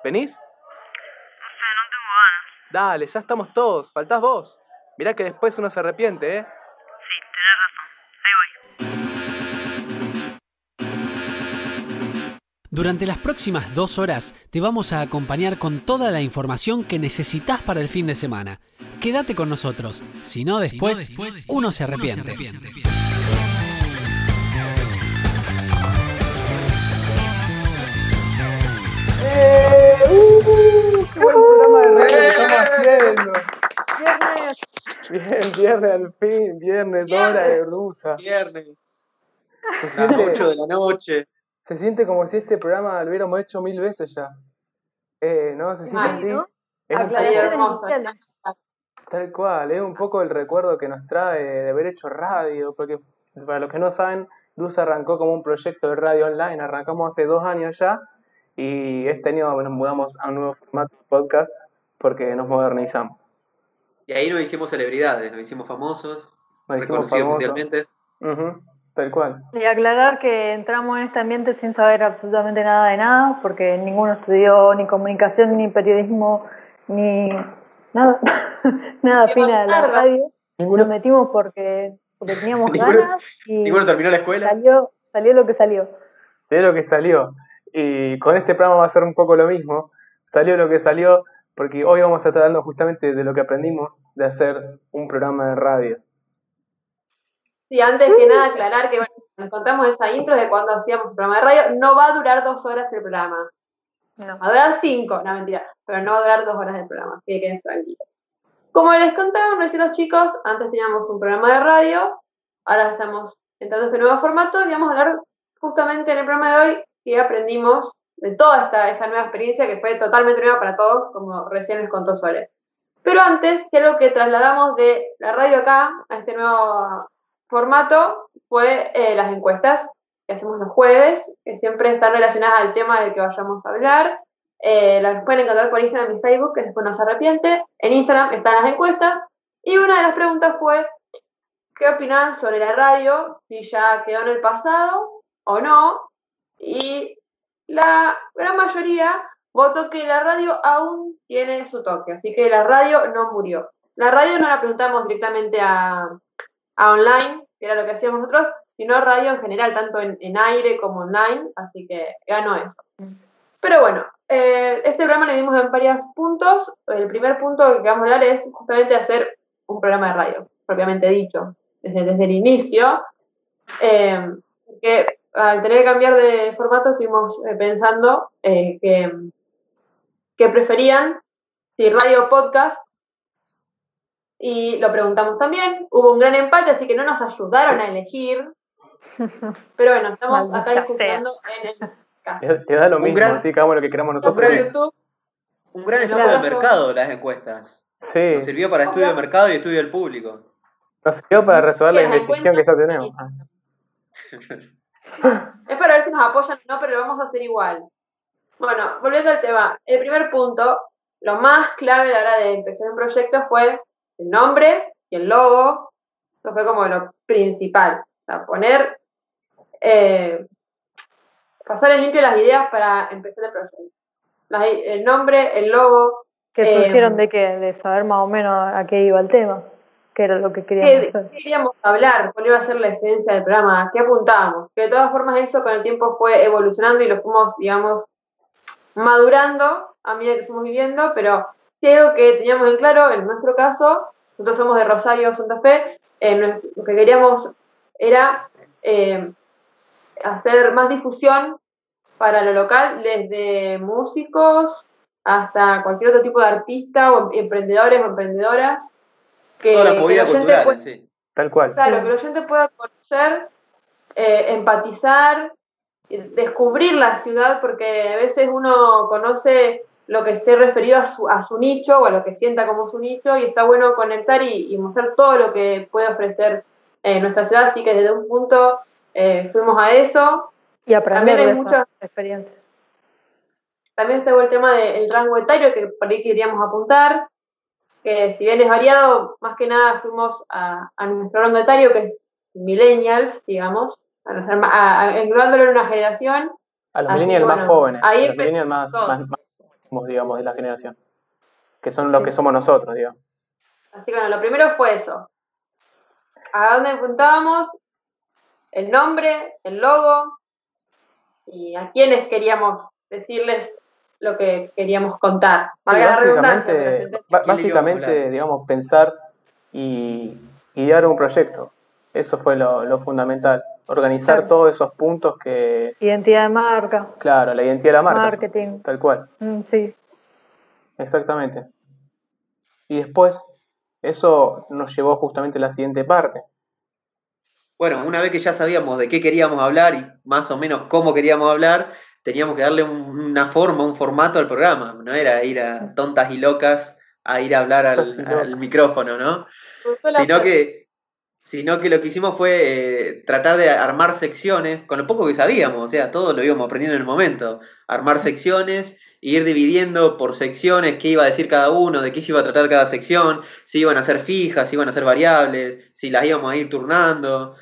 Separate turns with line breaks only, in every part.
¿Venís?
No sé, no tengo ganas.
Dale, ya estamos todos, faltás vos. Mirá que después uno se arrepiente, ¿eh?
Sí, tenés razón. Ahí voy.
Durante las próximas 2 horas te vamos a acompañar con toda la información que necesitas para el fin de semana. Quédate con nosotros, si no después uno se arrepiente.
¡Qué buen programa de radio que estamos haciendo! Bien, viernes al fin, viernes, Dora de Rusa.
Viernes,
Se
las 8
siente,
de la noche.
se siente como si este programa lo hubiéramos hecho 1000 veces ya. ¿No? Se siente
Ay,
así.
¿no?
Es un
Aclaraciones
poco,
iniciales.
tal cual, es un poco el recuerdo que nos trae de haber hecho radio, porque para los que no saben, DUS arrancó como un proyecto de radio online, arrancamos hace 2 años ya, y este año nos mudamos a un nuevo formato de podcast porque nos modernizamos.
Y ahí nos hicimos celebridades, nos hicimos famosos,
Nos hicimos
reconocidos
famosos.
mundialmente.
Tal cual.
Y aclarar que entramos en este ambiente sin saber absolutamente nada de nada, porque ninguno estudió ni comunicación, ni periodismo, ni nada, nada afina a la radio. Nos metimos porque teníamos ganas y
Ninguno terminó la escuela.
salió lo que salió.
De lo que salió. Y con este programa va a ser un poco lo mismo. Salió lo que salió, porque hoy vamos a estar hablando justamente de lo que aprendimos de hacer un programa de radio.
Sí, antes que nada aclarar que, bueno, nos contamos esa intro de cuando hacíamos el programa de radio. No va a durar 2 horas el programa.
No.
Va a durar 5, no mentira, pero no va a durar 2 horas el programa, así que queden tranquilos. Como les contaban recién los chicos, antes teníamos un programa de radio, ahora estamos entrando a este nuevo formato y vamos a hablar justamente en el programa de hoy que aprendimos de toda esa nueva experiencia que fue totalmente nueva para todos, como recién les contó Sole. Pero antes, que lo que trasladamos de la radio acá a este nuevo formato fue las encuestas que hacemos los jueves, que siempre están relacionadas al tema del que vayamos a hablar. Las pueden encontrar por Instagram y Facebook, que después no se arrepiente. En Instagram están las encuestas. Y una de las preguntas fue, ¿qué opinan sobre la radio? Si ya quedó en el pasado o no. Y la gran mayoría votó que la radio aún tiene su toque. Así que la radio no murió. La radio no la preguntamos directamente a online, que era lo que hacíamos nosotros, sino radio en general, tanto en aire como online, así que ganó eso. Pero bueno, este programa lo dimos en varios puntos. El primer punto que vamos a hablar es justamente hacer un programa de radio, propiamente dicho, desde el inicio, que al tener que cambiar de formato estuvimos pensando que preferían, si radio o podcast, y lo preguntamos también. Hubo un gran empate, así que no nos ayudaron a elegir. Pero bueno, estamos acá discutiendo en el caso.
Te da lo mismo, así que hagamos lo que queramos nosotros.
Un gran estudio de mercado las encuestas.
Sí.
Nos sirvió para estudio de mercado y estudio del público.
Nos sirvió para resolver la indecisión que ya tenemos.
Es para ver si nos apoyan o no, pero lo vamos a hacer igual. Bueno, volviendo al tema. El primer punto, lo más clave a la hora de empezar un proyecto fue el nombre y el logo. Eso fue como lo principal. O sea, poner, pasar en limpio las ideas para empezar el proyecto. El nombre, el logo.
Que surgieron de saber más o menos a qué iba el tema, que era lo que queríamos hacer.
¿Qué queríamos hablar? ¿Cuál iba a ser la esencia del programa? ¿Qué apuntábamos? Que de todas formas eso con el tiempo fue evolucionando y lo fuimos, digamos, madurando a medida que fuimos viviendo, pero sí algo que teníamos en claro, en nuestro caso, nosotros somos de Rosario, Santa Fe, lo que queríamos era hacer más difusión para lo local, desde músicos hasta cualquier otro tipo de artista o emprendedores o emprendedoras.
Toda la movida cultural, sí.
Tal cual.
Claro, que el oyente pueda conocer, empatizar, descubrir la ciudad, porque a veces uno conoce lo que esté referido a su nicho o a lo que sienta como su nicho, y está bueno conectar y mostrar todo lo que puede ofrecer nuestra ciudad, así que desde un punto fuimos a eso.
Y aprender
también hay
de
muchas
experiencias.
También está el tema del rango etario, que por ahí queríamos apuntar, que si bien es variado, más que nada fuimos a nuestro rango etario, que es millennials, digamos, englobándolo en una generación.
A los millennials más jóvenes,
ahí
a los millennials más últimos, digamos, de la generación, que son los que somos nosotros, digamos.
Así que bueno, lo primero fue eso. ¿A dónde apuntábamos? El nombre, el logo y a quiénes queríamos decirles lo que queríamos contar. Valga la redundancia, pero se entiende.
Básicamente, digamos, pensar y guiar un proyecto. Eso fue lo fundamental. Organizar
Claro.
todos esos puntos que...
Identidad de marca,
Claro, la identidad de la marca.
marketing.
Tal cual,
Sí,
exactamente. Y después, eso nos llevó justamente a la siguiente parte.
Bueno, una vez que ya sabíamos de qué queríamos hablar y más o menos cómo queríamos hablar, teníamos que darle una forma, un formato al programa. No era ir a tontas y locas a ir a hablar
Tontas y
al
locas.
micrófono, ¿no?
Suele
Sino
hacer.
que lo que hicimos fue tratar de armar secciones con lo poco que sabíamos, o sea, todo lo íbamos aprendiendo en el momento. Armar secciones, e ir dividiendo por secciones qué iba a decir cada uno, de qué se iba a tratar cada sección, si iban a ser fijas, si iban a ser variables, si las íbamos a ir turnando.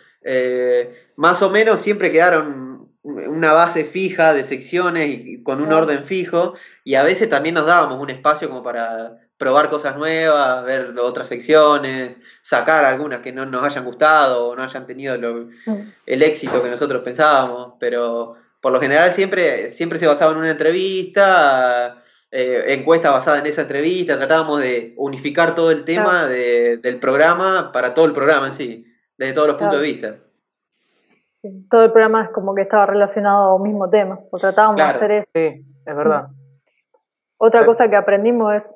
Más o menos siempre quedaron una base fija de secciones y con un orden fijo, y a veces también nos dábamos un espacio como para probar cosas nuevas, ver otras secciones, sacar algunas que no nos hayan gustado o no hayan tenido el éxito que nosotros pensábamos, pero por lo general siempre se basaba en una entrevista, encuesta basada en esa entrevista, tratábamos de unificar todo el tema del programa para todo el programa en sí, desde todos los puntos de vista.
sí. Todo el programa es como que estaba relacionado al mismo tema, o tratábamos
Claro.
de hacer eso.
Sí, es verdad.
Otra
Pero-
cosa que aprendimos es...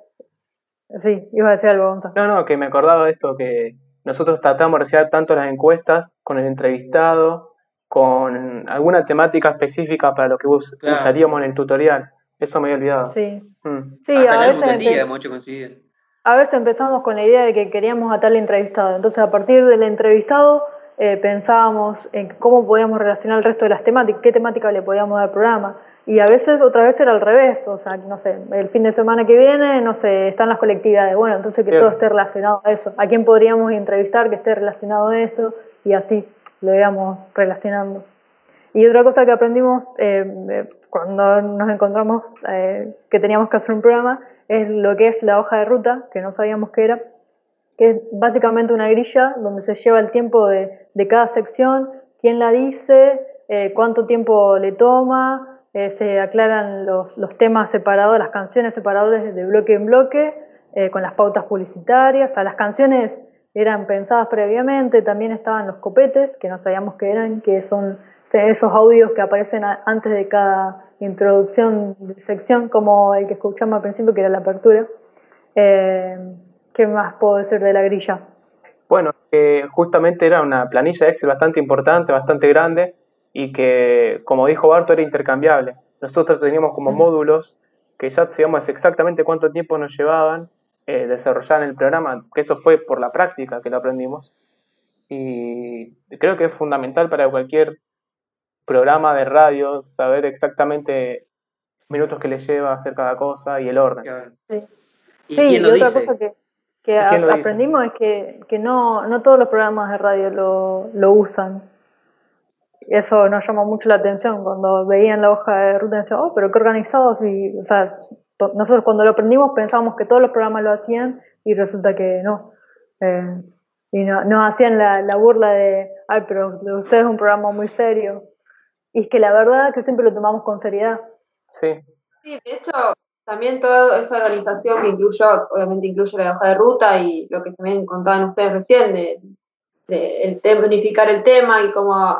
Sí, ibas a decir algo, Gonzalo.
No, que me acordaba de esto, que nosotros tratamos de realizar tanto las encuestas con el entrevistado, con alguna temática específica para lo que
Claro.
usaríamos en el tutorial. Eso me había olvidado.
Sí,
Mm.
sí,
Hasta
a
el álbum del
veces,
día hemos hecho coincidir.
a veces empezamos con la idea de que queríamos a tal entrevistado. Entonces, a partir del entrevistado, pensábamos en cómo podíamos relacionar el resto de las temáticas, qué temática le podíamos dar al programa. Y a veces, otra vez era al revés. O sea, no sé, el fin de semana que viene, no sé, están las colectividades. Bueno, entonces que
Bien.
todo esté relacionado a eso. ¿A quién podríamos entrevistar que esté relacionado a eso? Y así lo íbamos relacionando. Y otra cosa que aprendimos cuando nos encontramos que teníamos que hacer un programa es lo que es la hoja de ruta, que no sabíamos qué era, que es básicamente una grilla donde se lleva el tiempo de cada sección, quién la dice, cuánto tiempo le toma, se aclaran los temas separados, las canciones separadas de bloque en bloque, con las pautas publicitarias. O sea, las canciones eran pensadas previamente, también estaban los copetes, que no sabíamos qué eran, que son esos audios que aparecen antes de cada introducción de sección, como el que escuchamos al principio, que era la apertura. ¿Qué más puedo decir de la grilla?
Bueno, justamente era una planilla Excel bastante importante, bastante grande, y que, como dijo Barto, era intercambiable. Nosotros teníamos como módulos que ya sabíamos exactamente cuánto tiempo nos llevaban desarrollar el programa, que eso fue por la práctica que lo aprendimos. Y creo que es fundamental para cualquier programa de radio saber exactamente minutos que le lleva hacer cada cosa y el orden.
Claro.
Sí.
¿Y
Sí,
quién lo
y otra
dice?
cosa que
¿Y quién lo dice?
aprendimos es que no todos los programas de radio lo usan. Eso nos llamó mucho la atención cuando veían la hoja de ruta y decían, oh, pero qué organizados. Y, o sea, nosotros cuando lo aprendimos pensábamos que todos los programas lo hacían y resulta que no. Y nos hacían la burla de, ay, pero usted es un programa muy serio. Y es que la verdad es que siempre lo tomamos con seriedad.
Sí,
Sí, de hecho, también toda esa organización que incluyó, obviamente incluye la hoja de ruta y lo que también contaban ustedes recién, unificar el tema y cómo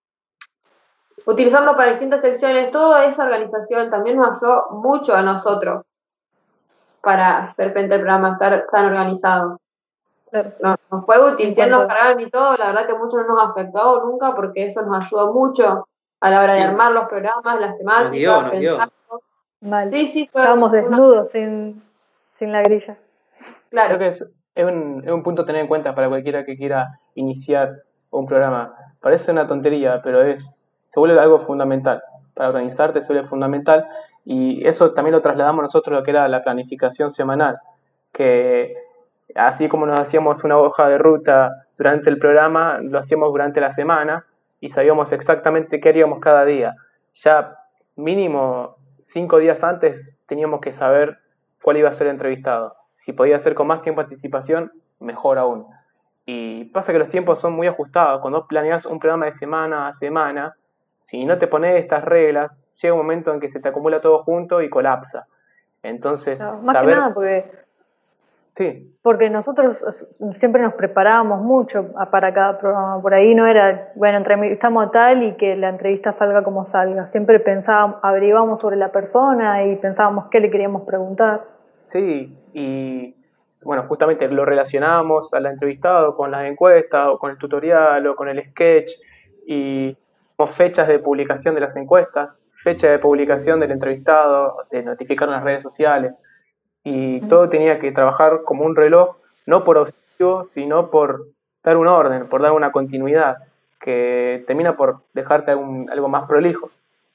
utilizarlo para distintas secciones, toda esa organización también nos ayudó mucho a nosotros para hacer frente al programa, estar tan organizados.
Claro.
Nos fue útil,
En
si él nos
cuanto-
cargaron y todo, la verdad que mucho no nos afectó nunca porque eso nos ayudó mucho a la hora de
Sí.
armar los programas, las temáticas,
guió.
pensar.
Mal.
Sí, fue
Estábamos
una-
desnudos sin la grilla.
creo
Claro.
que es un punto a tener en cuenta para cualquiera que quiera iniciar un programa. Parece una tontería, pero se vuelve algo fundamental. Para organizarte se vuelve fundamental, y eso también lo trasladamos nosotros a lo que era la planificación semanal, que así como nos hacíamos una hoja de ruta durante el programa, lo hacíamos durante la semana y sabíamos exactamente qué haríamos cada día. Ya mínimo 5 días antes teníamos que saber cuál iba a ser el entrevistado. Si podía ser con más tiempo de anticipación, mejor aún. Y pasa que los tiempos son muy ajustados. Cuando vos planeas un programa de semana a semana, si no te pones estas reglas, llega un momento en que se te acumula todo junto y colapsa. Entonces,
No, más
saber...
que nada
Sí,
porque nosotros siempre nos preparábamos mucho para cada programa. Por ahí no era, bueno, entrevistamos a tal y que la entrevista salga como salga. Siempre pensábamos, averiguábamos sobre la persona y pensábamos qué le queríamos preguntar.
sí, y bueno, justamente lo relacionábamos al entrevistado con las encuestas o con el tutorial o con el sketch y como fechas de publicación de las encuestas, fecha de publicación del entrevistado, de notificar en las redes sociales y todo tenía que trabajar como un reloj, no por objetivo, sino por dar un orden, por dar una continuidad que termina por dejarte algo más prolijo.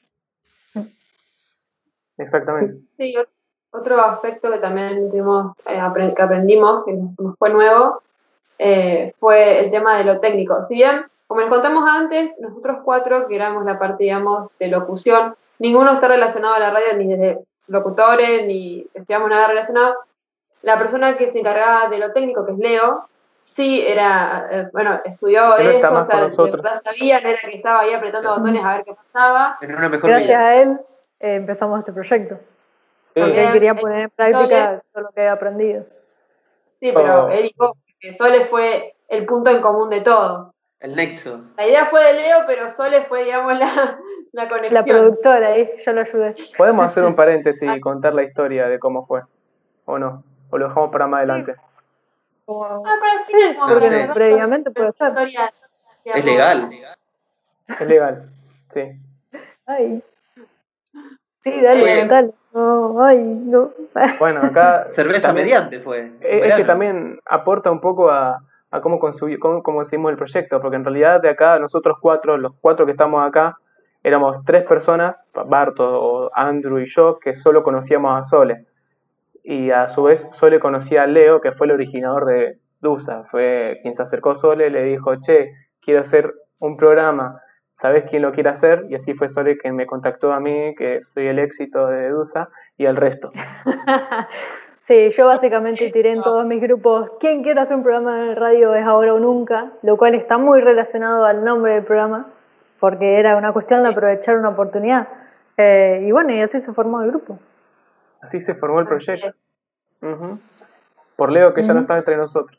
Exactamente.
Sí, otro aspecto que también tuvimos, que aprendimos, que nos fue nuevo, fue el tema de lo técnico. Si bien, como les contamos antes, nosotros 4, que éramos la parte, digamos, de locución, ninguno está relacionado a la radio, ni desde locutores, ni estudiamos nada relacionado. La persona que se encargaba de lo técnico, que es Leo, sí era, bueno, estudió
Que no está
eso,
más
o sea,
con
de
nosotros.
verdad sabía, no era que estaba ahí apretando botones a ver qué pasaba.
En una mejor
Gracias
vida.
a él empezamos este proyecto.
Sí.
Porque él quería poner en
Sole,
práctica todo lo que había aprendido.
sí, pero
Oh.
él dijo que Sole fue el punto en común de todos.
El nexo.
La idea fue de Leo, pero Sole fue, digamos, la
La
conexión.
productora ahí, yo lo ayudé.
Podemos hacer un paréntesis y contar la historia de cómo fue, ¿o no? ¿O lo dejamos para más adelante?
Como-
Para el final, como
No
para
sé.
cerrar
Previamente puede
la
ser.
historia,
Es
digamos.
legal.
Es legal, sí.
Ay. Sí, dale,
Oye.
contale. No, ay, no.
Bueno, acá
Cerveza
también
mediante fue. en
es que
verano.
también aporta un poco a cómo hicimos el proyecto, porque en realidad de acá nosotros 4, los 4 que estamos acá, éramos 3 personas, Barto, Andrew y yo, que solo conocíamos a Sole. Y a su vez Sole conocía a Leo, que fue el originador de Dusa, fue quien se acercó a Sole, le dijo, che, quiero hacer un programa, ¿sabés quién lo quiere hacer? Y así fue Sole quien me contactó a mí, que soy el éxito de Dusa, y el resto.
Sí, yo básicamente tiré en todos mis grupos, ¿quién quiere hacer un programa de radio es ahora o nunca? Lo cual está muy relacionado al nombre del programa, porque era una cuestión de aprovechar una oportunidad. Y bueno, y así se formó el grupo.
Así se formó el proyecto. Ujú. Por Leo, que ya no
Ujú.
está entre nosotros.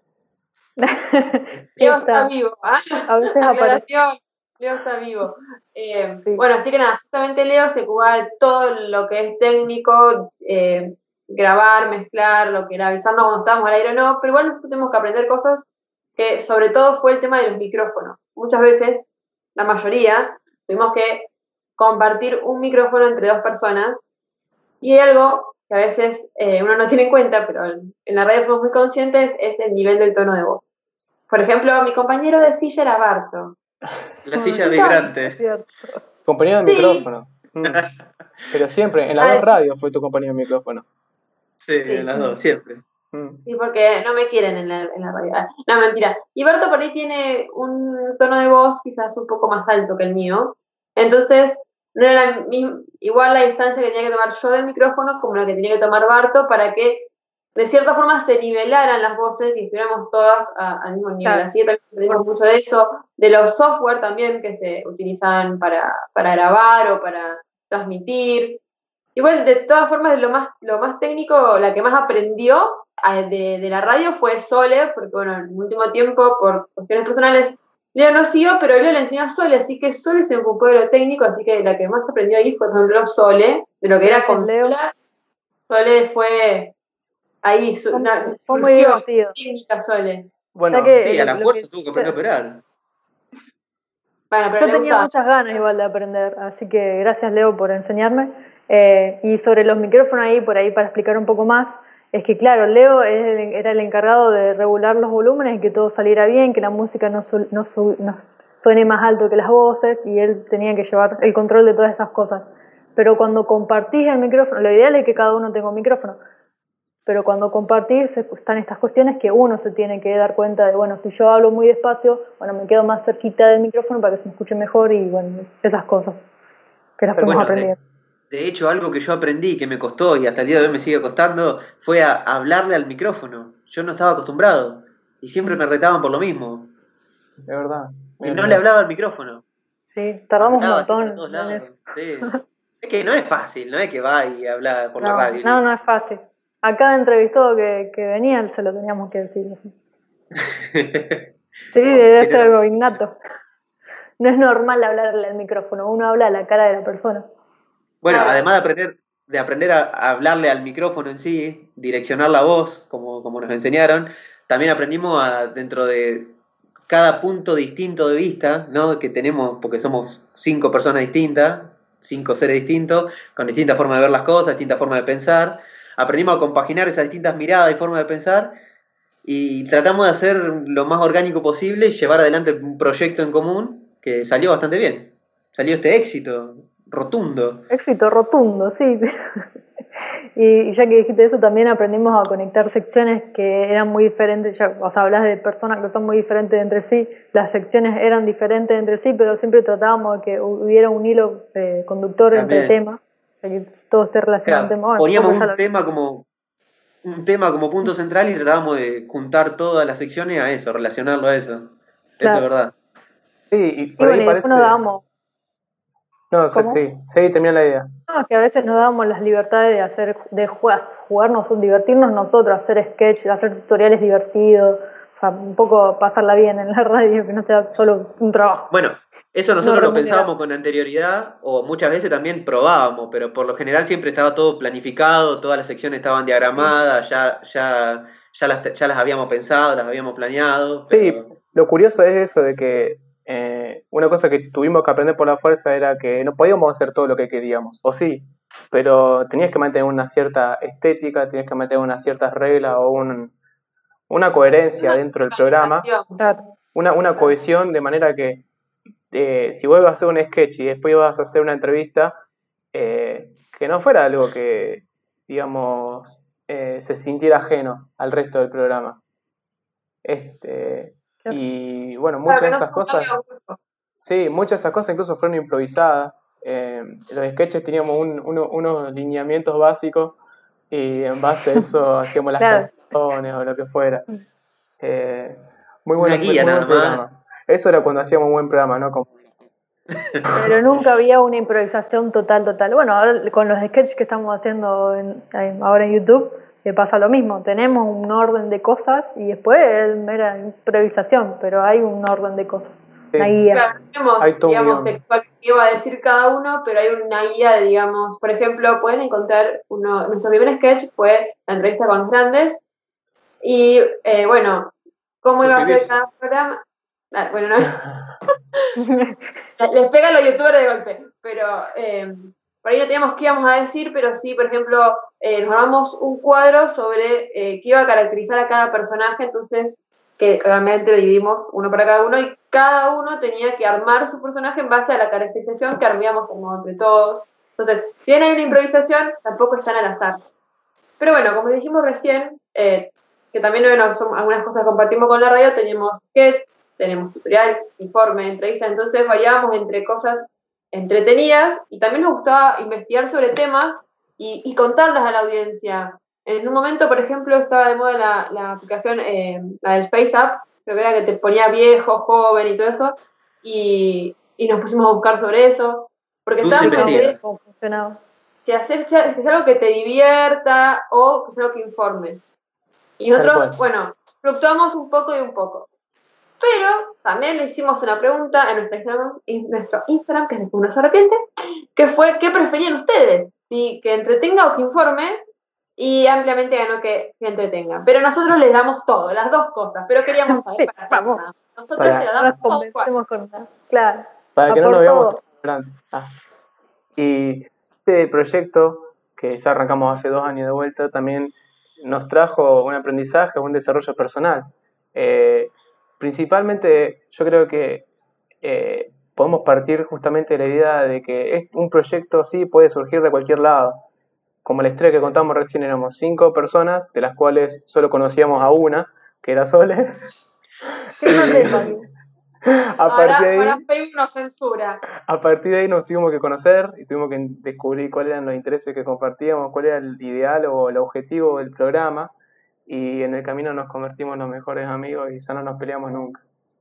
Leo está vivo.
A veces aparece.
Aclaración, Leo está vivo.
Sí.
Bueno, así que nada, justamente Leo se ocupaba de todo lo que es técnico, grabar, mezclar, lo que era avisarnos cuando estábamos al aire o no, pero igual nosotros tenemos que aprender cosas que sobre todo fue el tema de los micrófonos. Muchas veces, la mayoría, tuvimos que compartir un micrófono entre 2 personas y hay algo que a veces uno no tiene en cuenta, pero en la radio somos muy conscientes, es el nivel del tono de voz. Por ejemplo, mi compañero de silla era Barto.
La silla
Es
vibrante.
cierto.
Compañero de
Sí.
micrófono. Pero siempre, en las dos radios fue tu compañero de micrófono.
Sí, en las dos, siempre.
Sí, porque no me quieren en la radio. No, mentira. Y Berto por ahí tiene un tono de voz quizás un poco más alto que el mío. Entonces, no era igual la distancia que tenía que tomar yo del micrófono como la que tenía que tomar Barto para que de cierta forma se nivelaran las voces y estuviéramos todas al mismo nivel.
Claro.
Así que también aprendimos mucho de eso, de los software también que se utilizaban para grabar o para transmitir. Igual, de todas formas, lo más técnico, la que más aprendió de la radio fue Sole, porque bueno, en el último tiempo, por cuestiones personales, Leo no siguió, pero Leo le enseñó a Sole, así que Sole se ocupó de lo técnico, así que la que más aprendió ahí fue, por ejemplo, Sole, de lo que era
Gracias, Leo.
consola. Sole fue ahí, una
Fue muy
excursión
divertido.
técnica Sole.
Bueno,
Ya que
Sí, a la
lo
fuerza
que-
tuvo que aprender a operar.
Bueno, pero
Yo
le
tenía
gustaba.
muchas ganas igual de aprender, así que gracias Leo por enseñarme. Y sobre los micrófonos ahí, por ahí para explicar un poco más, es que claro, Leo era el encargado de regular los volúmenes y que todo saliera bien, que la música no suene más alto que las voces, y él tenía que llevar el control de todas esas cosas. Pero cuando compartís el micrófono, lo ideal es que cada uno tenga un micrófono, pero cuando compartís están estas cuestiones que uno se tiene que dar cuenta de, bueno, si yo hablo muy despacio, bueno, me quedo más cerquita del micrófono para que se me escuche mejor y bueno, esas cosas que las fuimos
Bueno,
aprendiendo.
De hecho, algo que yo aprendí, que me costó y hasta el día de hoy me sigue costando, fue a hablarle al micrófono. Yo no estaba acostumbrado y siempre me retaban por lo mismo.
De verdad.
Y no le hablaba al micrófono.
Sí, tardamos un
Hablaba así para
montón
todos
en
lados.
eso.
Sí. Es que no es fácil, no es que va y habla por la
No,
radio.
no, no es fácil. A cada entrevistado que venía se lo teníamos que decir. Sí, debe ser algo innato. No es normal hablarle al micrófono, uno habla a la cara de la persona.
Bueno,
Claro.
además de aprender a hablarle al micrófono en sí, direccionar la voz, como nos enseñaron, también aprendimos dentro de cada punto distinto de vista, ¿no? Que tenemos, porque somos 5 personas distintas, 5 seres distintos, con distintas formas de ver las cosas, distintas formas de pensar. Aprendimos a compaginar esas distintas miradas y formas de pensar y tratamos de hacer lo más orgánico posible y llevar adelante un proyecto en común que salió bastante bien. Salió este éxito rotundo.
Éxito rotundo, sí. Y ya que dijiste eso, también aprendimos a conectar secciones que eran muy diferentes. Ya, o sea, hablas de personas que son muy diferentes entre sí. Las secciones eran diferentes entre sí, pero siempre tratábamos de que hubiera un hilo conductor entre
También.
temas, de que todo esté relacionado
Claro,
al tema. Bueno,
poníamos
nosotros ya
un tema como punto central y tratábamos de juntar todas las secciones a eso, relacionarlo a eso. Eso es
claro.
verdad.
Sí, y
Y
por
bueno,
ahí
y después nos
parece...
dábamos,
No,
¿cómo?
sí, termina la idea.
No, que a veces nos dábamos las libertades de hacer, de jugarnos, divertirnos nosotros, hacer sketch, hacer tutoriales divertidos, o sea, un poco pasarla bien en la radio, que no sea solo un trabajo.
Bueno, eso
No
nosotros lo
remunerado.
pensábamos con anterioridad o muchas veces también probábamos, pero por lo general siempre estaba todo planificado, todas las secciones estaban diagramadas, ya las habíamos pensado, las habíamos planeado,
Sí,
pero
lo curioso es eso de que una cosa que tuvimos que aprender por la fuerza era que no podíamos hacer todo lo que queríamos, o sí, pero tenías que mantener una cierta estética, tenías que mantener unas ciertas reglas o una coherencia
Una
dentro del programa,
organización.
Claro.
una cohesión de manera que si vos ibas a hacer un sketch y después ibas a hacer una entrevista, que no fuera algo que, digamos, se sintiera ajeno al resto del programa.
Claro.
Y bueno,
Claro,
muchas
que
de
no
esas
se
cosas,
cambia mucho.
sí, muchas de esas cosas incluso fueron improvisadas. Los sketches teníamos unos lineamientos básicos y en base a eso hacíamos las
Claro.
canciones o lo que fuera. Eh, muy
una
muy
guía
buen
nada más.
programa. Eso era cuando hacíamos un buen programa, ¿no?
Pero nunca había una improvisación total. Bueno, ahora con los sketches que estamos haciendo ahora en YouTube, pasa lo mismo. Tenemos un orden de cosas y después es mera improvisación, pero hay un orden de cosas, una
Sí,
guía.
Claro, tenemos,
hay todo un
digamos,
guión.
textual que iba a decir cada uno, pero hay una guía de, digamos, por ejemplo, pueden encontrar nuestro primer sketch fue la entrevista con los grandes y, bueno, cómo iba a ser
Suscribirse.
cada programa. Ah, bueno, no es... Les pega a los youtubers de golpe, pero por ahí no teníamos qué íbamos a decir, pero sí, por ejemplo, nos armamos un cuadro sobre qué iba a caracterizar a cada personaje, entonces, que realmente dividimos uno para cada uno, y cada uno tenía que armar su personaje en base a la caracterización que armamos como entre todos. Entonces, si bien hay una improvisación, tampoco están al azar. Pero bueno, como dijimos recién, que también algunas cosas compartimos con la radio, tenemos sketch, tenemos tutorial, informe, entrevista, entonces variábamos entre cosas entretenidas y también nos gustaba investigar sobre temas y contarlas a la audiencia. En un momento, por ejemplo, estaba de moda la aplicación, la del Face App, creo que era que te ponía viejo, joven y todo eso, y nos pusimos a buscar sobre eso, porque
Dulce
estábamos
investiga.
entre
¿Cómo funcionaba?
si es algo que te divierta o que es algo que informe. Y
Tal
nosotros,
cual.
bueno, fluctuamos un poco y un poco. Pero también le hicimos una pregunta en nuestro Instagram, que es de una serpiente, que fue, ¿qué preferían ustedes? ¿Sí, que entretenga o que informe? Y ampliamente ganó que entretenga. Pero nosotros les damos todo, las dos cosas. Pero queríamos saber
Sí,
para
vamos.
nada. Nosotros
Para-
se la
Ahora
damos todo igual.
convencemos con una. Claro.
Para que
A
no
por
nos veamos
todo.
tan grandes. Y este proyecto, que ya arrancamos hace 2 años de vuelta, también nos trajo un aprendizaje, un desarrollo personal. Principalmente, yo creo que podemos partir justamente de la idea de que un proyecto sí puede surgir de cualquier lado. Como la historia que contamos recién, éramos 5 personas, de las cuales solo conocíamos a una, que era Sole.
Que no sepa.
A partir de
Ahora
ahí,
Facebook nos censura.
a partir de ahí nos tuvimos que conocer y tuvimos que descubrir cuáles eran los intereses que compartíamos, cuál era el ideal o el objetivo del programa. Y en el camino nos convertimos en los mejores amigos y ya no nos peleamos nunca.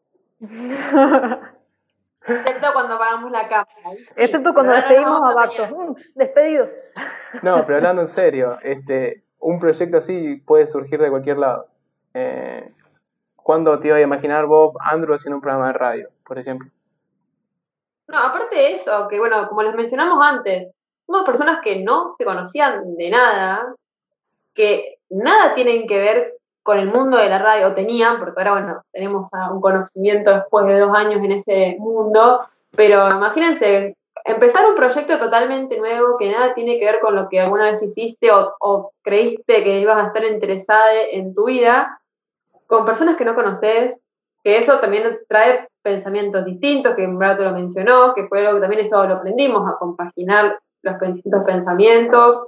Excepto cuando apagamos la cámara. ¿Viste?
Excepto cuando
Pero ahora
despedimos
nos
a
vamos
Bacto.
pelear.
Despedido.
No, pero hablando en serio, un proyecto así puede surgir de cualquier lado. ¿Cuándo te ibas a imaginar vos, Andrew, haciendo un programa de radio, por ejemplo?
No, aparte de eso, que bueno, como les mencionamos antes, somos personas que no se conocían de nada, que nada tienen que ver con el mundo de la radio, o tenían, porque ahora, bueno, tenemos un conocimiento después de 2 años en ese mundo, pero imagínense, empezar un proyecto totalmente nuevo que nada tiene que ver con lo que alguna vez hiciste o creíste que ibas a estar interesada en tu vida, con personas que no conoces, que eso también trae pensamientos distintos, que Brato lo mencionó, que fue algo que también eso lo aprendimos, a compaginar los distintos pensamientos,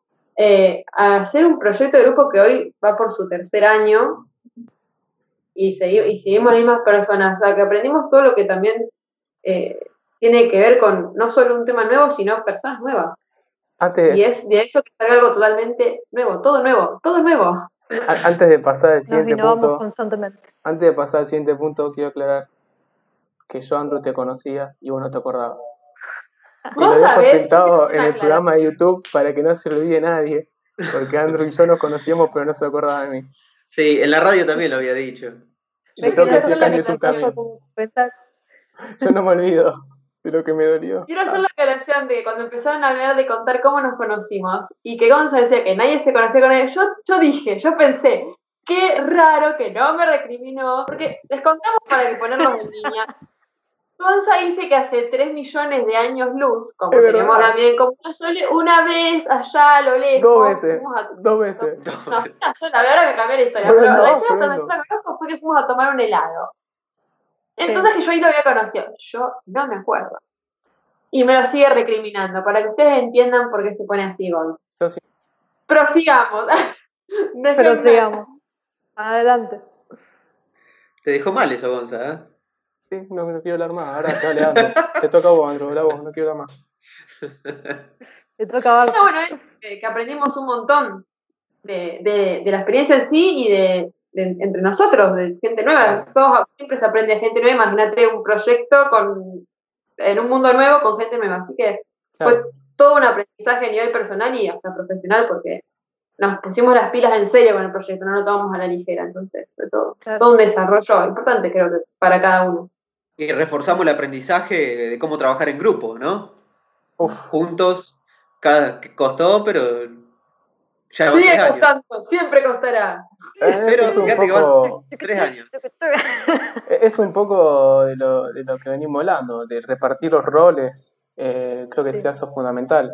a hacer un proyecto de grupo que hoy va por su 3er año y seguimos las mismas personas, o sea, que aprendimos todo lo que también tiene que ver con no solo un tema nuevo, sino personas nuevas.
Antes,
Y es de eso que sale algo totalmente nuevo, todo nuevo, todo nuevo.
antes de pasar al
Nos
siguiente
innovamos
punto,
constantemente.
antes de pasar al siguiente punto, quiero aclarar que yo, Andrew, te conocía y vos no te acordabas. Y lo
Vos
dejo
sabés,
sentado
es
en
una
el programa de YouTube para que no se olvide nadie, porque Andrew y yo nos conocíamos, pero no se acordaba de mí.
Sí, en la radio también lo había dicho.
Lo tengo que
quiero
decir
hacer
acá
la
en YouTube
aclaración.
también.
Como pensar.
Yo no me olvido de lo que me dolió.
Quiero hacer la aclaración de que cuando empezaron a hablar de contar cómo nos conocimos y que Gonza decía que nadie se conocía con él, yo pensé, qué raro que no me recriminó, porque les contamos para que ponerlos en línea. Gonza dice que hace 3 millones de años luz, como
Es
tenemos
verdad.
también, como una vez allá a lo lejos.
2 veces.
No, una sola vez, ahora me cambié la historia,
Fueron
pero
dos,
recién
fueron
cuando yo
dos.
la conozco fue que fuimos a tomar un helado. Entonces que yo ahí lo había conocido, yo no me acuerdo. Y me lo sigue recriminando, para que ustedes entiendan por qué se pone así, Gonza.
Yo sí.
Prosigamos.
Pero
Déjenme.
sigamos. Adelante.
Te dejó mal eso, Gonza, ¿eh?
Sí, no quiero hablar más. Ahora te hable Andrew. Te toca a vos, Andrew. Habla vos, no quiero hablar más.
Te toca Bart.
No, bueno, es que aprendimos un montón de la experiencia en sí y entre nosotros, de gente nueva. Siempre se aprende de gente nueva. Imagínate un proyecto en un mundo nuevo con gente nueva. Así que fue
Claro.
todo un aprendizaje a nivel personal y hasta profesional, porque nos pusimos las pilas en serio con el proyecto, no lo tomamos a la ligera. Entonces, fue todo un desarrollo importante, creo que, para cada uno.
Y reforzamos el aprendizaje de cómo trabajar en grupo, ¿no?
Uf.
Juntos, costó, pero ya van
Sigue
3 años.
costando, siempre costará.
Pero
Es un
fíjate que
poco,
van 3 años.
es un poco de lo que venimos hablando, de repartir los roles. Creo que
Sí.
sea eso fundamental.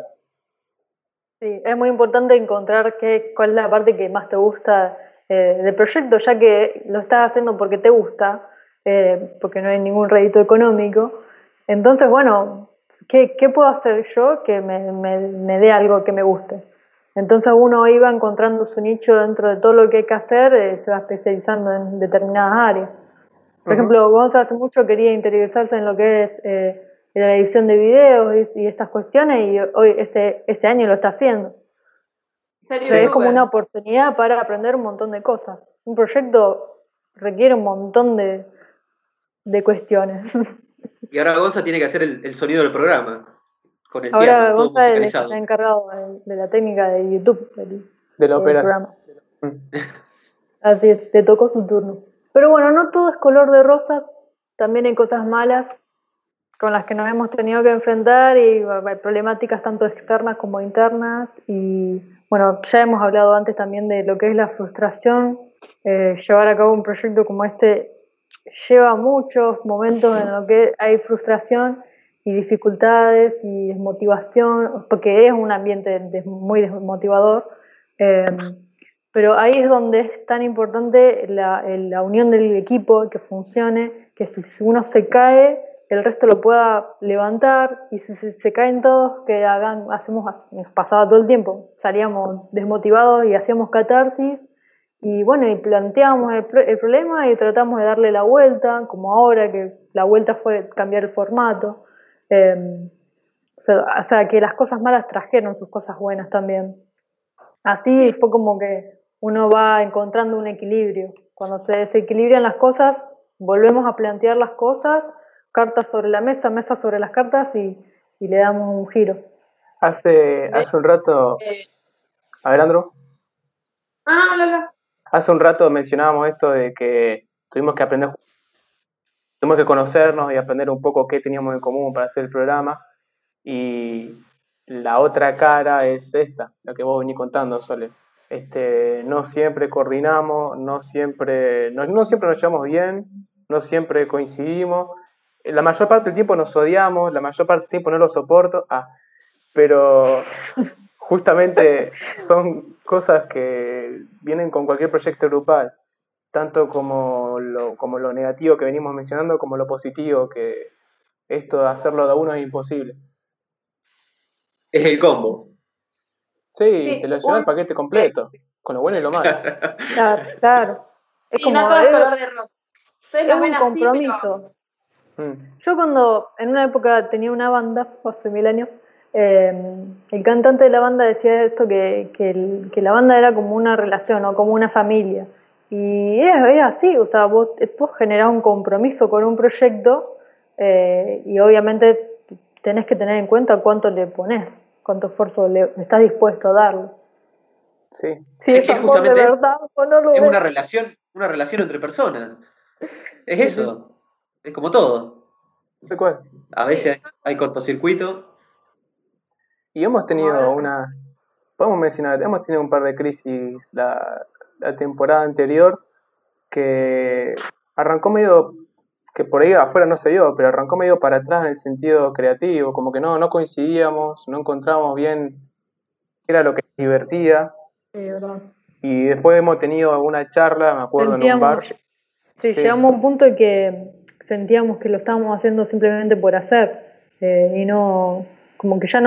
Sí, es muy importante encontrar cuál es la parte que más te gusta del proyecto, ya que lo estás haciendo porque te gusta, porque no hay ningún rédito económico. Entonces, bueno, ¿qué puedo hacer yo que me dé algo que me guste? Entonces uno iba encontrando su nicho dentro de todo lo que hay que hacer, se va especializando en determinadas áreas. Por ejemplo, Gonza hace mucho quería interiorizarse en lo que es la edición de videos y estas cuestiones, y hoy este año lo está haciendo.
Ser
O sea, es como
youtuber.
una oportunidad para aprender un montón de cosas. Un proyecto requiere un montón de cuestiones.
Y ahora Gonza tiene que hacer el sonido del programa, con el
Ahora
piano, todo
Gonza es el que
musicalizado.
está encargado de la técnica de YouTube,
De la
del
operación.
programa. Así es, te tocó su turno. Pero bueno, no todo es color de rosas, también hay cosas malas con las que nos hemos tenido que enfrentar y hay problemáticas tanto externas como internas y bueno, ya hemos hablado antes también de lo que es la frustración. Llevar a cabo un proyecto como este lleva muchos momentos en los que hay frustración y dificultades y desmotivación, porque es un ambiente muy desmotivador. Pero ahí es donde es tan importante la unión del equipo, que funcione, que si uno se cae, el resto lo pueda levantar, y si se caen todos, que nos pasaba todo el tiempo, salíamos desmotivados y hacíamos catarsis, y bueno, y planteamos el problema y tratamos de darle la vuelta, como ahora que la vuelta fue cambiar el formato. O sea, que las cosas malas trajeron sus cosas buenas también. Así fue como que uno va encontrando un equilibrio. Cuando se desequilibran las cosas, volvemos a plantear las cosas, cartas sobre la mesa, mesa sobre las cartas y le damos un giro.
Hace un rato, a ver, Andrew,
No.
hace un rato mencionábamos esto de que tuvimos que conocernos y aprender un poco qué teníamos en común para hacer el programa. Y la otra cara es esta, la que vos venís contando, Sole. No siempre coordinamos, no siempre nos llevamos bien, no siempre coincidimos. La mayor parte del tiempo nos odiamos, la mayor parte del tiempo no lo soporto. Pero justamente son cosas que vienen con cualquier proyecto grupal, tanto como lo negativo que venimos mencionando, como lo positivo, que esto de hacerlo de uno es imposible.
Es el combo.
Sí, te lo lleva el paquete completo, con lo bueno y lo malo.
Claro. Es
Sí,
como
no todo es color de rosa. Ustedes
es
lo ven
un
así,
compromiso.
Mm.
Yo cuando en una época tenía una banda, hace 1000 años, el cantante de la banda decía esto, que la banda era como una relación o como una familia. Y es así, o sea, vos generás un compromiso con un proyecto y obviamente tenés que tener en cuenta cuánto le pones, cuánto esfuerzo estás dispuesto a darle.
Sí.
Si es amor de
justamente
verdad o no lo
es
es.
una relación entre personas. Es
Sí,
eso. Es como todo.
Tal cual.
A veces hay cortocircuito.
Y hemos tenido
Como
podemos mencionar, hemos tenido un par de crisis la temporada anterior que arrancó medio, que por ahí afuera no se dio, pero arrancó medio para atrás en el sentido creativo, como que no coincidíamos, no encontrábamos bien qué era lo que nos divertía.
sí, verdad.
Y después hemos tenido una charla, me acuerdo, en un bar.
Sí, llegamos a un punto en que sentíamos que lo estábamos haciendo simplemente por hacer y no, como que ya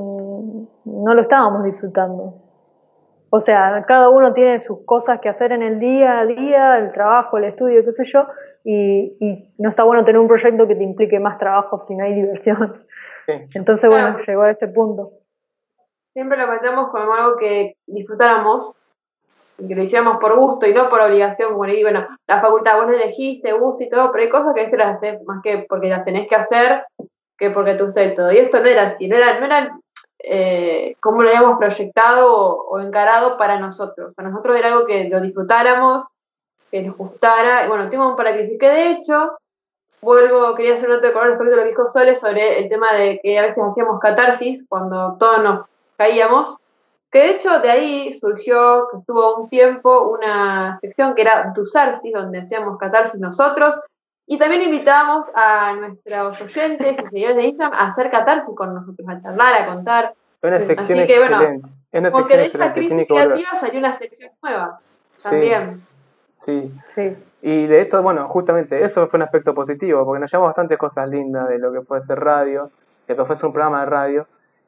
no lo estábamos disfrutando. O sea, cada uno tiene sus cosas que hacer en el día a día, el trabajo, el estudio, qué sé yo, y no está bueno tener un proyecto que te implique más trabajo si no hay diversión.
Sí.
Entonces, bueno, llegó a ese punto.
siempre lo planteamos como algo que disfrutáramos, que lo hiciéramos por gusto y no por obligación, como y bueno, la facultad vos la elegiste, gusto y todo, pero hay cosas que a veces las haces más que porque las tenés que hacer que porque te gusta y todo. Y esto no era así, no era como lo habíamos proyectado o encarado para nosotros. Para nosotros era algo que lo disfrutáramos, que nos gustara. Y bueno, tuvimos un par de crisis que de hecho, quería hacer un otro de color respecto a lo que dijo Sole sobre el tema de que a veces hacíamos catarsis cuando todos nos caíamos. Que de hecho de ahí surgió, que estuvo un tiempo, una sección que era Tusarsis, donde hacíamos catarsis nosotros, y también invitábamos a nuestros oyentes y seguidores de Instagram a hacer catarsis con nosotros, a charlar, a contar.
Es una sección
Así que bueno,
excelente. Es una
porque
sección
de esa
excelente,
crisis
tiene que volver.
creativa salió una sección nueva
Sí,
también.
sí.
Sí.
Y de esto, bueno, justamente eso fue un aspecto positivo, porque nos llevamos bastantes cosas lindas de lo que fue ser radio, de lo que fue ser un programa de radio.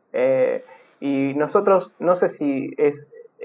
Y nosotros, no sé si es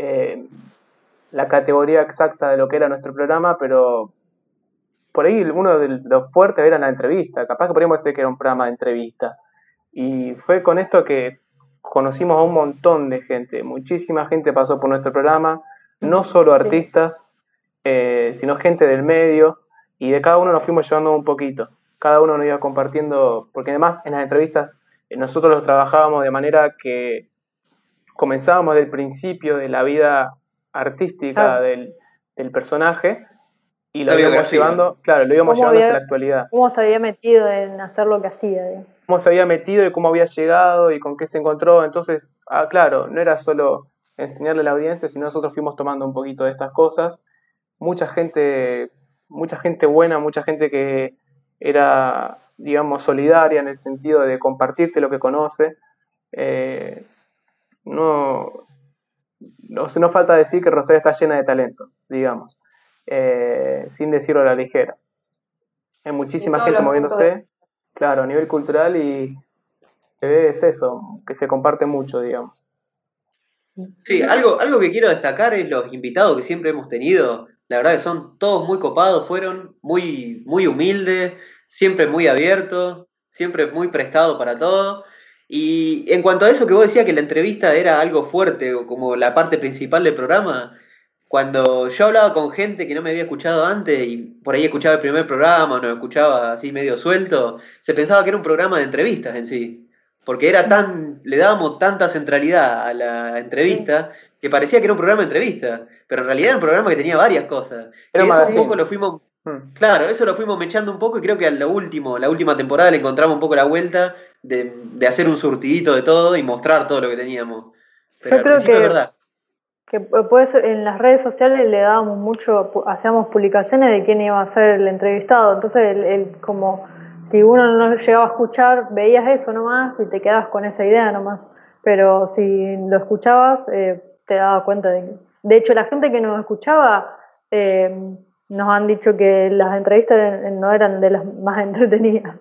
la categoría exacta de lo que era nuestro programa, pero por ahí uno de los fuertes era la entrevista. Capaz que podríamos decir que era un programa de entrevista. Y fue con esto que conocimos a un montón de gente. Muchísima gente pasó por nuestro programa, no solo artistas, sino gente del medio. Y de cada uno nos fuimos llevando un poquito. Cada uno nos iba compartiendo, porque además en las entrevistas nosotros los trabajábamos de manera que comenzábamos del principio de la vida artística del personaje y lo
La
íbamos
biografía.
llevando, claro, lo íbamos llevando hasta la actualidad.
¿Cómo se había metido en hacer lo que hacía? Digamos.
Cómo se había metido y cómo había llegado y con qué se encontró. Entonces, claro, no era solo enseñarle a la audiencia, sino nosotros fuimos tomando un poquito de estas cosas. Mucha gente buena, mucha gente que era, digamos, solidaria en el sentido de compartirte lo que conoce. No falta decir que Rosario está llena de talento, digamos, sin decirlo a la ligera. Hay muchísima gente moviéndose, claro, a nivel cultural y es eso, que se comparte mucho, digamos.
Sí, algo que quiero destacar es los invitados que siempre hemos tenido. La verdad que son todos muy copados, fueron muy, muy humildes, siempre muy abiertos, siempre muy prestados para todo. Y en cuanto a eso que vos decías que la entrevista era algo fuerte o como la parte principal del programa, cuando yo hablaba con gente que no me había escuchado antes y por ahí escuchaba el primer programa o no escuchaba así medio suelto, se pensaba que era un programa de entrevistas en sí. Porque era le dábamos tanta centralidad a la entrevista que parecía que era un programa de entrevista, pero en realidad era un programa que tenía varias cosas.
Era
Que
un
eso un
magazine.
poco lo fuimos, claro, eso lo fuimos mechando un poco y creo que a la última temporada le encontramos un poco la vuelta de hacer un surtidito de todo y mostrar todo lo que teníamos. Pero
Yo
al
creo
principio es verdad.
que puede ser, en las redes sociales le dábamos mucho, hacíamos publicaciones de quién iba a ser el entrevistado, entonces como si uno no llegaba a escuchar, veías eso nomás y te quedabas con esa idea nomás, pero si lo escuchabas te dabas cuenta de hecho la gente que nos escuchaba eh, nos han dicho que las entrevistas no eran de las más entretenidas.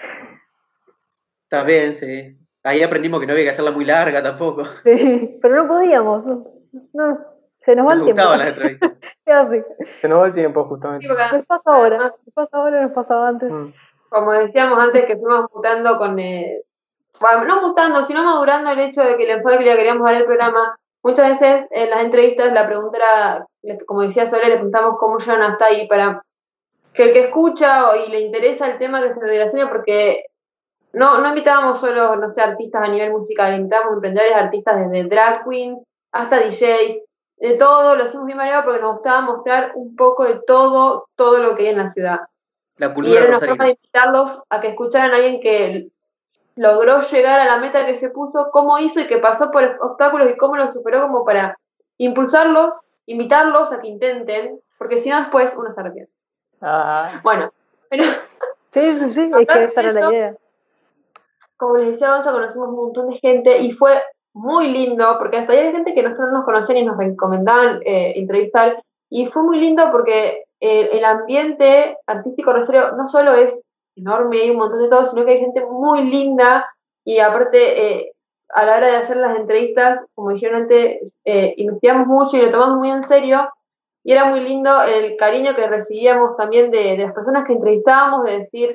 También, sí. Ahí aprendimos que no había que hacerla muy larga tampoco.
Sí, pero no podíamos, no, se nos va
No
el
me
tiempo.
gustaban las entrevistas.
Es así.
Se nos va el tiempo, justamente.
Sí, porque
Nos pasa ahora, nos pasa ahora, nos pasaba antes.
como decíamos antes, que fuimos mutando bueno, no mutando, sino madurando el hecho de que el enfoque que le queríamos dar al programa. Muchas veces en las entrevistas la pregunta era, como decía Sole, le preguntamos cómo llegan hasta ahí para que el que escucha y le interesa el tema que se relacione, porque no invitábamos solo, no sé, artistas a nivel musical, invitábamos emprendedores, artistas desde drag queens hasta DJs, de todo, lo hacemos bien variado porque nos gustaba mostrar un poco de todo lo que hay en la ciudad.
La
Y
cultura
era una forma
rosarina.
de invitarlos a que escucharan a alguien que logró llegar a la meta que se puso, cómo hizo y que pasó por obstáculos y cómo lo superó, como para impulsarlos, invitarlos a que intenten, porque si no después uno se arrepiente. Bueno, pero
Sí, es que
aparte
esa
de
era la
eso,
idea.
como les decía, Gonza, conocimos un montón de gente y fue muy lindo, porque hasta ahí hay gente que nosotros no nos conocían y nos recomendaban entrevistar, y fue muy lindo porque el ambiente artístico Rosario no solo es enorme, hay un montón de todo, sino que hay gente muy linda, y aparte, a la hora de hacer las entrevistas, como dijeron antes, investigamos mucho y lo tomamos muy en serio, y era muy lindo el cariño que recibíamos también de las personas que entrevistábamos, de decir,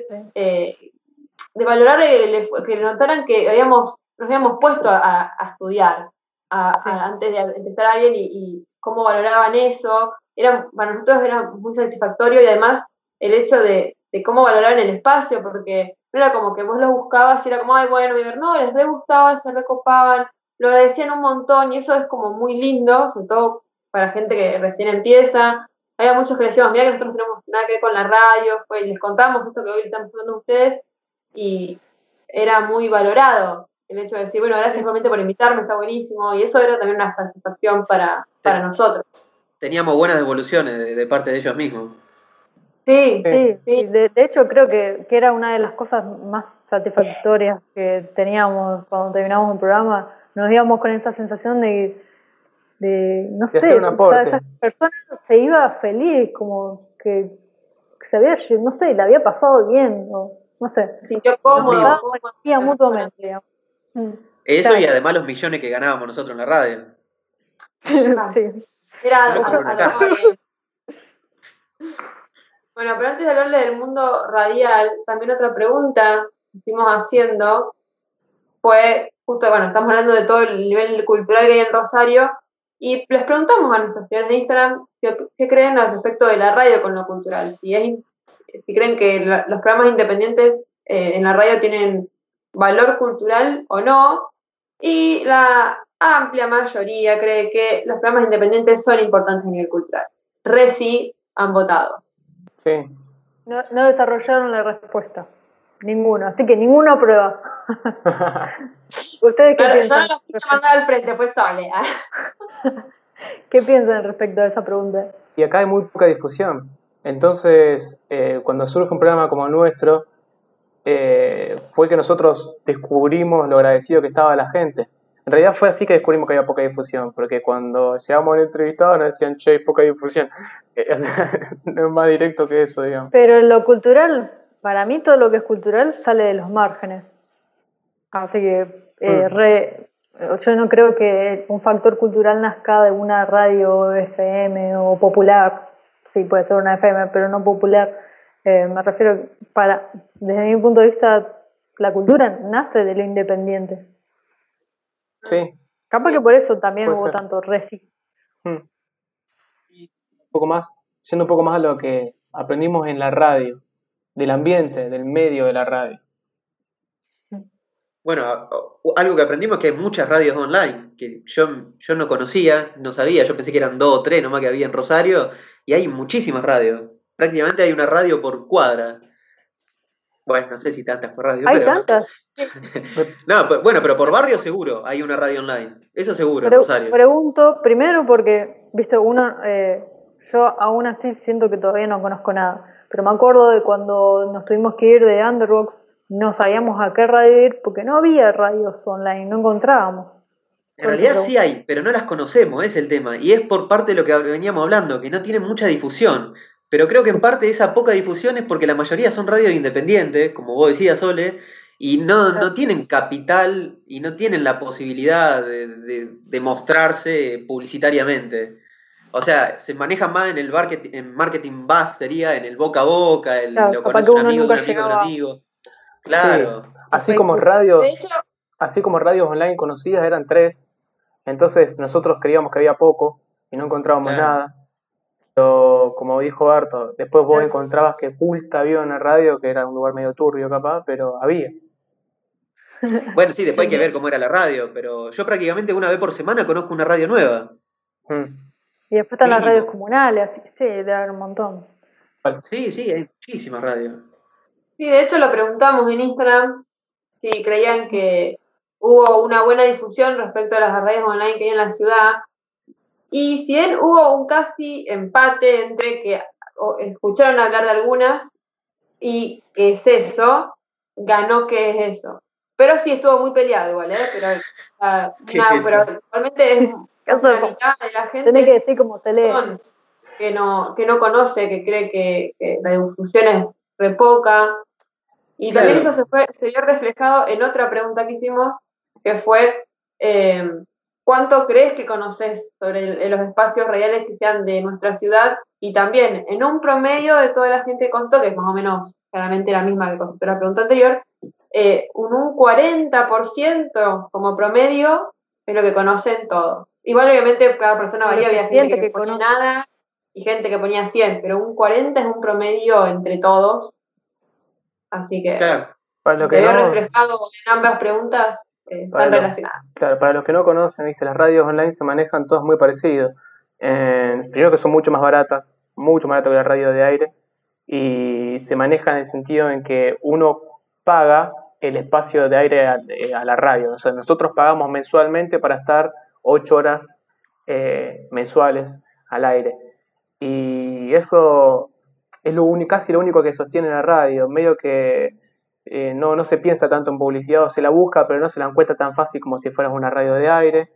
de valorar que notaran que nos habíamos puesto a estudiar antes de empezar a alguien y cómo valoraban eso. Para nosotros era muy satisfactorio y además el hecho de cómo valoraban el espacio, porque no era como que vos lo buscabas y era como, ay, bueno, no, les re gustaba, se recopaban, lo agradecían un montón y eso es como muy lindo, sobre todo para gente que recién empieza. Había muchos que decíamos, mira que nosotros no tenemos nada que ver con la radio, pues les contamos esto que hoy le estamos hablando a ustedes y era muy valorado el hecho de decir, bueno, gracias igualmente por invitarme, está buenísimo, y eso era también una satisfacción para nosotros.
Teníamos buenas devoluciones de parte de ellos mismos.
Sí,
Sí. De hecho creo que era una de las cosas más satisfactorias que teníamos cuando terminamos un programa. Nos íbamos con esa sensación no
De
sé,
hacer un aporte.
esa persona se iba feliz, como que se había, no sé, la había pasado bien, no sé.
se sintió cómodo,
Nos parecía mutuamente, digamos.
Eso
Claro.
y además los millones que ganábamos nosotros en la radio.
Sí.
Era
Yo me compro una casa.
Bueno, pero antes de hablarle del mundo radial, también otra pregunta que estuvimos haciendo fue, justo, bueno, estamos hablando de todo el nivel cultural que hay en Rosario, y les preguntamos a nuestros seguidores de Instagram qué creen al respecto de la radio con lo cultural, si creen que los programas independientes en la radio tienen valor cultural o no, y la amplia mayoría cree que los programas independientes son importantes a nivel cultural. Sí han votado.
Sí.
No desarrollaron la respuesta. Ninguno. Así que ninguno aprueba. ¿Ustedes qué
Yo
piensan?
no los quise mandar al frente, fue Sole.
¿Qué piensan respecto a esa pregunta?
Y acá hay muy poca difusión. Entonces, cuando surge un programa como el nuestro, fue que nosotros descubrimos lo agradecido que estaba la gente. En realidad fue así que descubrimos que había poca difusión, porque cuando llegamos al entrevistado nos decían, che, hay poca difusión. No es más directo que eso, digamos.
Pero lo cultural, para mí todo lo que es cultural sale de los márgenes. Así que Yo no creo que un factor cultural nazca de una radio FM o popular. Sí, puede ser una FM, pero no popular. Me refiero, desde mi punto de vista, la cultura nace de lo independiente.
Sí,
Capaz que por eso también
puede
hubo
ser.
tanto reci.
Un poco más, siendo un poco más a lo que aprendimos en la radio, del ambiente, del medio de la radio.
Bueno, algo que aprendimos es que hay muchas radios online, que yo no conocía, no sabía, yo pensé que eran 2 o 3 nomás que había en Rosario, y hay muchísimas radios. Prácticamente hay una radio por cuadra. Bueno, no sé si tantas por radio,
¿Hay
pero...
tantas?
No, bueno, pero por barrio seguro hay una radio online. Eso seguro, en Rosario.
Pregunto, primero porque, viste, yo aún así siento que todavía no conozco nada, pero me acuerdo de cuando nos tuvimos que ir de Underbox, no sabíamos a qué radio ir porque no había radios online, no encontrábamos.
En realidad sí hay, pero no las conocemos, es el tema. Y es por parte de lo que veníamos hablando, que no tienen mucha difusión. Pero creo que en parte esa poca difusión es porque la mayoría son radios independientes, como vos decías, Sole, y no tienen capital y no tienen la posibilidad de mostrarse publicitariamente. O sea, se manejan más en marketing buzz, sería en el boca a boca,
Claro,
lo
capaz
conoce
que
un
uno
amigo de un
nunca
amigo de un
llegaba
amigo.
Sí,
Claro.
así como
Facebook.
radios,
De hecho,
así como radios online conocidas eran 3, entonces nosotros creíamos que había poco y no encontrábamos
Claro.
nada. Pero como dijo Harto, después vos encontrabas que Pulta había una radio que era un lugar medio turbio capaz, pero había.
Bueno, sí, después hay que ver cómo era la radio, pero yo prácticamente una vez por semana conozco una radio nueva.
Mm.
Y después están las radios
Mínimo.
comunales, así que sí, debe haber un montón.
Sí, sí, hay muchísimas radios.
sí, de hecho lo preguntamos en Instagram si creían que hubo una buena difusión respecto a las redes online que hay en la ciudad. Y si bien hubo un casi empate entre que escucharon hablar de algunas y qué es eso, ganó qué es eso. Pero sí estuvo muy peleado igual, ¿eh? Pero,
¿Qué es eso?
pero realmente es
Eso
la mitad de la gente
tenés que decir como se lee.
que no conoce, que cree que la difusión es re poca. Y
Claro.
también eso se vio reflejado en otra pregunta que hicimos, que fue ¿cuánto crees que conoces sobre los espacios reales que sean de nuestra ciudad? Y también en un promedio de toda la gente que contó, que es más o menos claramente la misma que contestó la pregunta anterior, un 40% como promedio es lo que conocen todos. Igual obviamente cada persona
Pero
varía,
se
había gente
siente
que
que
ponía
conoce.
nada y gente que ponía 100, pero un 40 es un promedio entre todos. Así que
Claro.
Para lo
se
que
ve
no,
reflejado en ambas preguntas,
para
están
lo-
relacionadas.
claro, para los que no conocen, viste, las radios online se manejan todas muy parecido. Primero que son mucho más baratas, mucho más baratas que la radio de aire, y se manejan en el sentido en que uno paga el espacio de aire a la radio. O sea, nosotros pagamos mensualmente para estar 8 horas mensuales al aire. Y eso es casi lo único que sostiene la radio. Medio que no se piensa tanto en publicidad, o se la busca, pero no se la encuentra tan fácil como si fueras una radio de aire.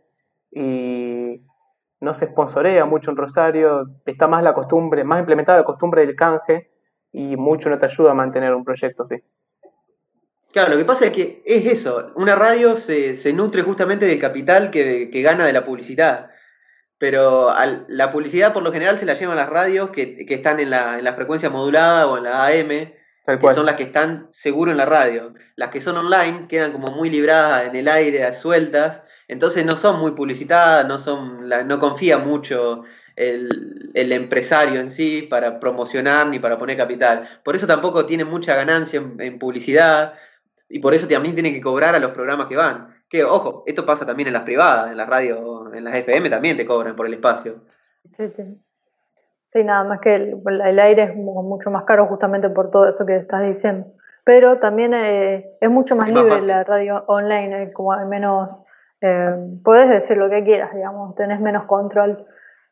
Y no se sponsorea mucho en Rosario. Está más la costumbre, más implementada la costumbre del canje, y mucho no te ayuda a mantener un proyecto así.
Claro, lo que pasa es que es eso, una radio se nutre justamente del capital que gana de la publicidad, pero la publicidad por lo general se la llevan las radios que están en la frecuencia modulada o en la AM,
Tal
que son
cual.
las que están seguro en la radio. Las que son online quedan como muy libradas en el aire, sueltas, entonces no son muy publicitadas, no confía mucho el empresario en sí para promocionar ni para poner capital. Por eso tampoco tienen mucha ganancia en publicidad. Y por eso también tienen que cobrar a los programas que van. Que, ojo, esto pasa también en las privadas, en las radios, en las FM también te cobran por el espacio.
Sí, sí. Sí, nada más que el aire es mucho más caro justamente por todo eso que estás diciendo. Pero también es mucho más
Es más
libre
fácil.
la radio online, como al menos podés decir lo que quieras, digamos, tenés menos control.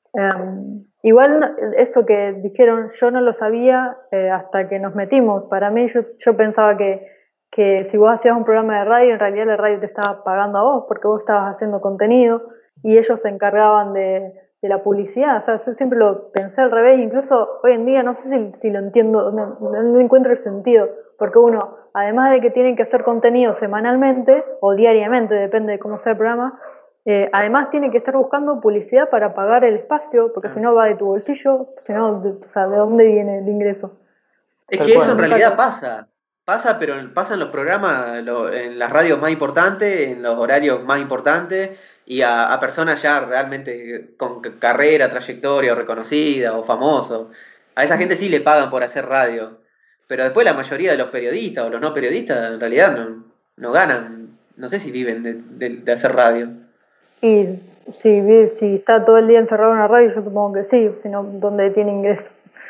Igual eso que dijeron, yo no lo sabía hasta que nos metimos. Para mí, yo pensaba que si vos hacías un programa de radio, en realidad la radio te estaba pagando a vos porque vos estabas haciendo contenido y ellos se encargaban la publicidad. O sea, yo siempre lo pensé al revés, incluso hoy en día no sé si lo entiendo, no encuentro el sentido, porque uno, además de que tienen que hacer contenido semanalmente o diariamente, depende de cómo sea el programa, además tiene que estar buscando publicidad para pagar el espacio, porque si no va de tu bolsillo, si no, o sea, ¿de dónde viene el ingreso?
Es
Tal
que
cual.
eso en realidad pasa, pero pasa en los programas, en las radios más importantes, en los horarios más importantes, y a personas ya realmente con carrera, trayectoria, o reconocida, o famosos. A esa gente sí le pagan por hacer radio, pero después la mayoría de los periodistas o los no periodistas en realidad no ganan, no sé si viven de hacer radio.
Y si está todo el día encerrado en una radio, yo supongo que sí, sino ¿dónde tiene ingreso?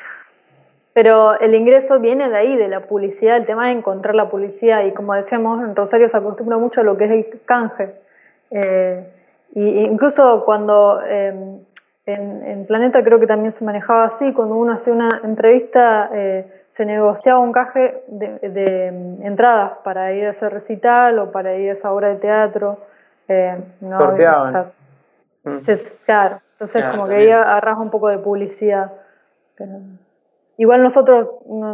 Pero el ingreso viene de ahí, de la publicidad, el tema de encontrar la publicidad, y como decíamos, en Rosario se acostumbra mucho a lo que es el canje. Y incluso cuando en Planeta creo que también se manejaba así, cuando uno hacía una entrevista se negociaba un canje de entradas para ir a ese recital o para ir a esa obra de teatro. No,
Sorteaban.
o sea, claro, entonces
Claro,
como que ahí
también.
agarras un poco de publicidad. Pero igual nosotros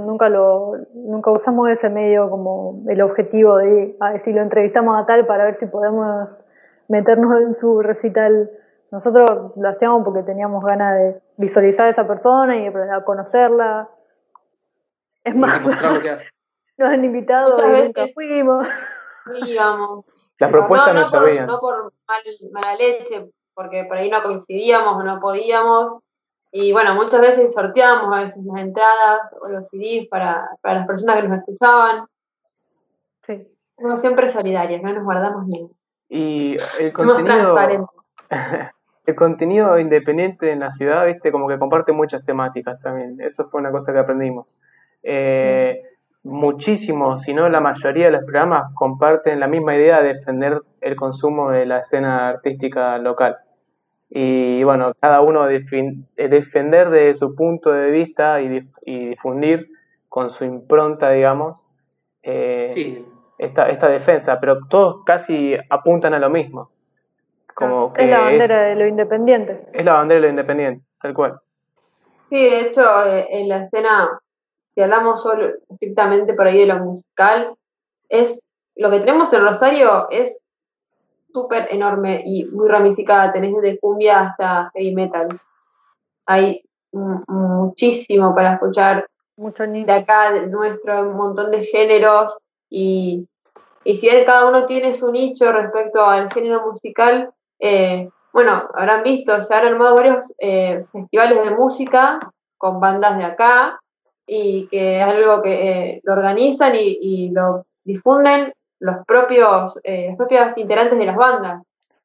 nunca usamos ese medio como el objetivo de si lo entrevistamos a tal para ver si podemos meternos en su recital. Nosotros lo hacíamos porque teníamos ganas de visualizar a esa persona y de conocerla. Es
Y
más,
mostrar lo que hace.
nos han invitado
Muchas
y
veces
nunca fuimos.
íbamos.
Las
Pero
propuestas no llovían.
no por mala leche, porque por ahí no coincidíamos o no podíamos. Y bueno, muchas veces sorteábamos a veces las entradas o los CDs para las personas que nos escuchaban.
Sí.
Somos siempre solidarios, no nos guardamos ni.
Y el
Somos
contenido,
transparentes.
el contenido independiente en la ciudad, viste, como que comparte muchas temáticas también. Eso fue una cosa que aprendimos. Muchísimos, si no la mayoría de los programas comparten la misma idea de defender el consumo de la escena artística local. Y bueno, cada uno defender de su punto de vista y difundir con su impronta, digamos,
Sí,
esta defensa, pero todos casi apuntan a lo mismo, como
Es la
que
bandera de lo independiente.
es la bandera de lo independiente, tal cual.
Sí, de hecho, en la escena, si hablamos solo estrictamente por ahí de lo musical, es lo que tenemos en Rosario es súper enorme y muy ramificada. Tenés desde cumbia hasta heavy metal. Hay muchísimo para escuchar
Mucho
de
niño.
acá, de nuestro, un montón de géneros. Y si bien cada uno tiene su nicho respecto al género musical, bueno, habrán visto, se han armado varios festivales de música con bandas de acá y que es algo que lo organizan y lo difunden los propios integrantes de las bandas.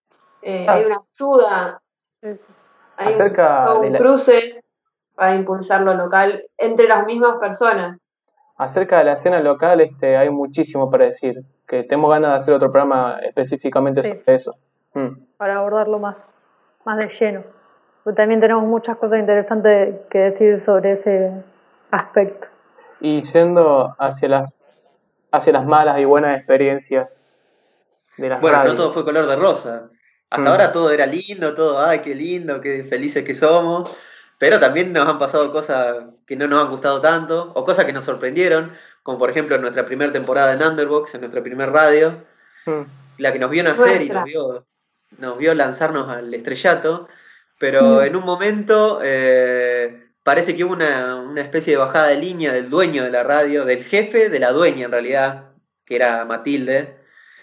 Hay una ayuda,
Sí, sí.
hay
Acerca de
un
la,
cruce para impulsar lo local entre las mismas personas.
acerca de la escena local, hay muchísimo para decir, que tengo ganas de hacer otro programa específicamente
Sí.
sobre eso.
Para abordarlo más de lleno. Porque también tenemos muchas cosas interesantes que decir sobre ese aspecto.
Y yendo hacia las malas y buenas experiencias de las
bueno, no
radios.
todo fue color de rosa. Hasta
Mm.
ahora todo era lindo, todo, ay, qué lindo, qué felices que somos. Pero también nos han pasado cosas que no nos han gustado tanto, o cosas que nos sorprendieron, como por ejemplo en nuestra primera temporada en Underbox, en nuestra primer radio,
Mm.
la que nos vio nacer y
Nuestra.
nos vio lanzarnos al estrellato, pero en un momento parece que hubo una especie de bajada de línea del dueño de la radio, del jefe de la dueña en realidad, que era Matilde.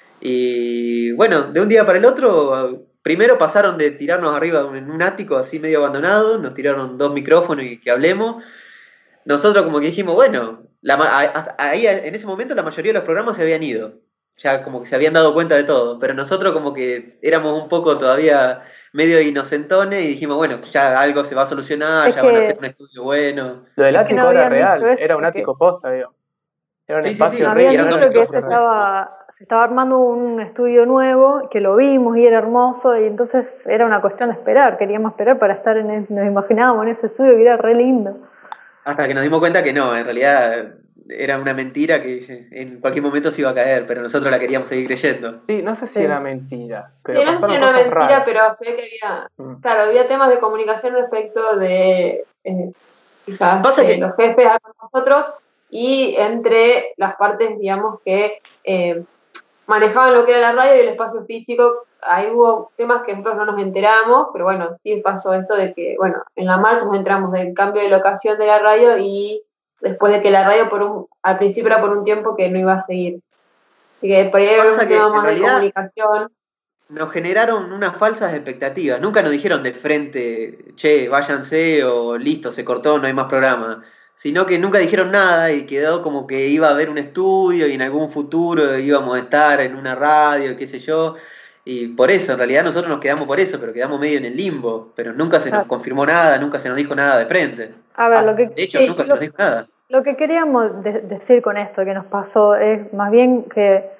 Y bueno, de un día para el otro, primero pasaron de tirarnos arriba en un ático así medio abandonado, nos tiraron 2 micrófonos y que hablemos. Nosotros como que dijimos, bueno, ahí en ese momento la mayoría de los programas se habían ido, ya como que se habían dado cuenta de todo, pero nosotros como que éramos un poco todavía medio inocentones y dijimos, bueno, ya algo se va a solucionar,
Es
ya van a hacer
que,
un estudio bueno.
Lo del
es que no
ático era
habían dicho
real,
eso,
era un
es que
ático posta, digo. Era un
Sí,
espacio
nos
y
real,
habían
no
eran
era
dos
un
dicho que
espacio
micrófonos.
real.
se estaba armando un estudio nuevo, que lo vimos y era hermoso, y entonces era una cuestión de esperar, queríamos esperar para estar nos imaginábamos en ese estudio que era re lindo.
Hasta que nos dimos cuenta que no, en realidad era una mentira que en cualquier momento se iba a caer, pero nosotros la queríamos seguir creyendo.
Sí, no sé si
Sí.
era mentira, pero
Sí, no sé si
pasaron
era una
cosas
mentira,
raras.
pero sé que había,
Mm.
claro, había temas de comunicación respecto de quizás
Pasa que-
los jefes con nosotros y entre las partes, digamos, que manejaban lo que era la radio y el espacio físico. Ahí hubo temas que nosotros no nos enteramos, pero bueno, sí pasó esto de que, bueno, en la marcha nos enteramos del cambio de locación de la radio y después de que la radio al principio era por un tiempo que no iba a seguir. Así que por ahí era
Pasa
un
que
tema
en
más de
realidad
comunicación.
nos generaron unas falsas expectativas. Nunca nos dijeron de frente, che, váyanse o listo, se cortó, no hay más programa. Sino que nunca dijeron nada y quedó como que iba a haber un estudio y en algún futuro íbamos a estar en una radio, qué sé yo. Y por eso, en realidad nosotros nos quedamos por eso, pero quedamos medio en el limbo. Pero nunca se nos
Claro.
confirmó nada, nunca se nos dijo nada de frente.
A ver,
De hecho,
Sí,
nunca se nos dijo nada.
lo que queríamos decir con esto que nos pasó es más bien que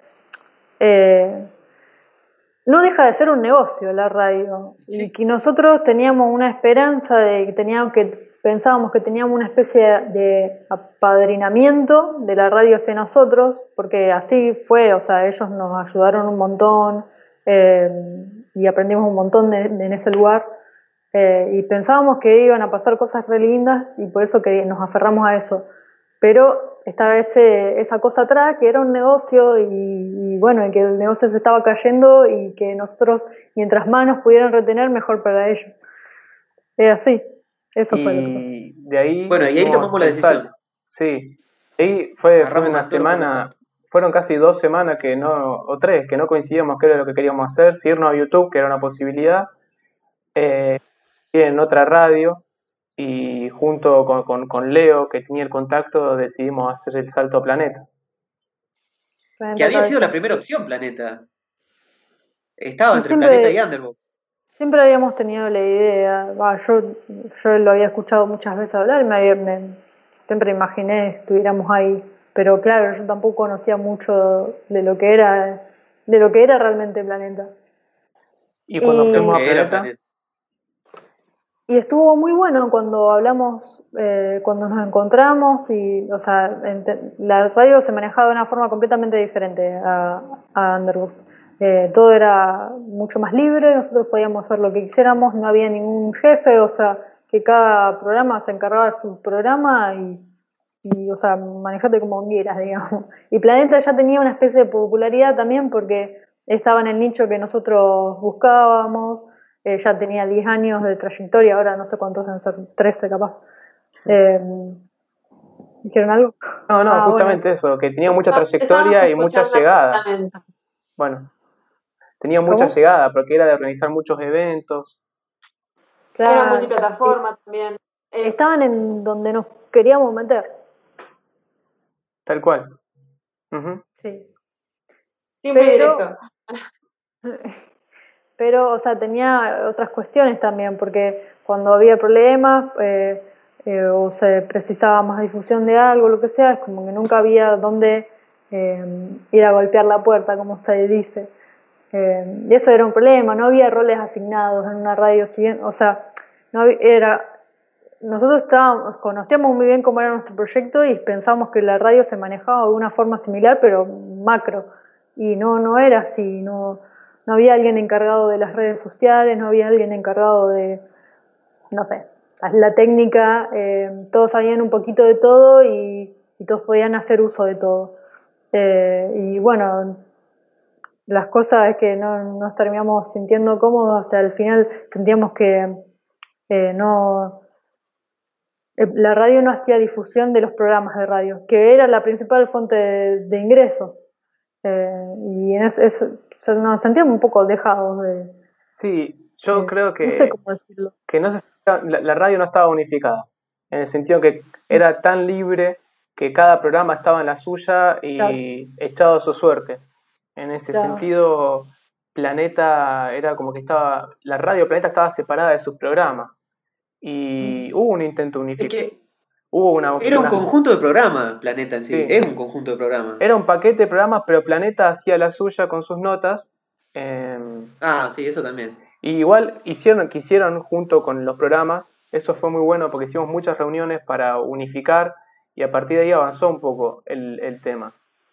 no deja de ser un negocio la radio
Sí.
y que nosotros teníamos una esperanza de que pensábamos que teníamos una especie de apadrinamiento de la radio hacia nosotros, porque así fue, o sea, ellos nos ayudaron un montón eh, y aprendimos un montón en ese lugar. Y pensábamos que iban a pasar cosas re lindas y por eso que nos aferramos a eso. Pero estaba esa cosa atrás, que era un negocio y bueno, y que el negocio se estaba cayendo y que nosotros, mientras más nos pudieran retener, mejor para ellos. Es así, eso fue lo que pasó.
Y de ahí
Bueno, y ahí
dimos
tomamos la
el
decisión.
salto. Sí, ahí fue
Agarramos
una
al toro por los
semana,
ojos.
fueron casi 2 semanas que no, o 3, que no coincidíamos qué era lo que queríamos hacer, si irnos a YouTube, que era una posibilidad, en otra radio, y junto con Leo, que tenía el contacto, decidimos hacer el salto a Planeta.
Que había sido la
Cabeza.
primera opción, Planeta. Estaba
Y
entre Planeta y
siempre,
Underbox.
siempre habíamos tenido la idea, yo lo había escuchado muchas veces hablar, siempre imaginé que estuviéramos ahí, pero claro, yo tampoco conocía mucho de lo que era realmente Planeta.
Y cuando
Y,
fuimos a
Que era
Planeta,
Planeta.
y estuvo muy bueno cuando hablamos, cuando nos encontramos y, o sea, la radio se manejaba de una forma completamente diferente a Underbox. Todo era mucho más libre, nosotros podíamos hacer lo que quisiéramos, no había ningún jefe, o sea, que cada programa se encargaba de su programa o sea, manejate como quieras, digamos. Y Planeta ya tenía una especie de popularidad también porque estaba en el nicho que nosotros buscábamos, ya tenía 10 años de trayectoria, ahora no sé cuántos deben ser, 13 capaz. ¿Dijeron algo?
no,
Bueno.
justamente eso, que tenía mucha
Estábamos
trayectoria y mucha
escuchando
llegada.
atentamente.
Bueno, tenía mucha
¿Cómo?
llegada porque era de organizar muchos eventos.
Era
Claro,
multiplataforma también.
estaban en donde nos queríamos meter.
Tal cual. Ujú.
Sí.
Simple y
Pero-
directo.
Pero, o sea, tenía otras cuestiones también, porque cuando había problemas o se precisaba más difusión de algo, lo que sea, es como que nunca había dónde ir a golpear la puerta, como se dice. Y eso era un problema, no había roles asignados en una radio, si bien, o sea, nosotros conocíamos muy bien cómo era nuestro proyecto y pensábamos que la radio se manejaba de una forma similar, pero macro. Y no era así, no había alguien encargado de las redes sociales, no había alguien encargado de, no sé, la técnica, todos sabían un poquito de todo y todos podían hacer uso de todo. Y bueno, las cosas es que no nos terminamos sintiendo cómodos, hasta el final sentíamos que no la radio no hacía difusión de los programas de radio, que era la principal fuente de ingreso. Y nos sentíamos un poco dejados de...
Sí, yo creo
no sé
que,
cómo decirlo.
no se, la radio no estaba unificada, en el sentido que era tan libre que cada programa estaba en la suya y
Claro.
echado a su suerte. En ese
Claro.
sentido, Planeta era como que la radio Planeta estaba separada de sus programas y hubo un intento
Es
unificado.
que
Hubo una
era un conjunto de programas, Planeta en sí.
Sí.
Es un conjunto de programas.
Era un paquete de programas, pero Planeta hacía la suya con sus notas.
Ah, sí, eso también.
Y igual quisieron junto con los programas, eso fue muy bueno porque hicimos muchas reuniones para unificar y a partir de ahí avanzó un poco el tema.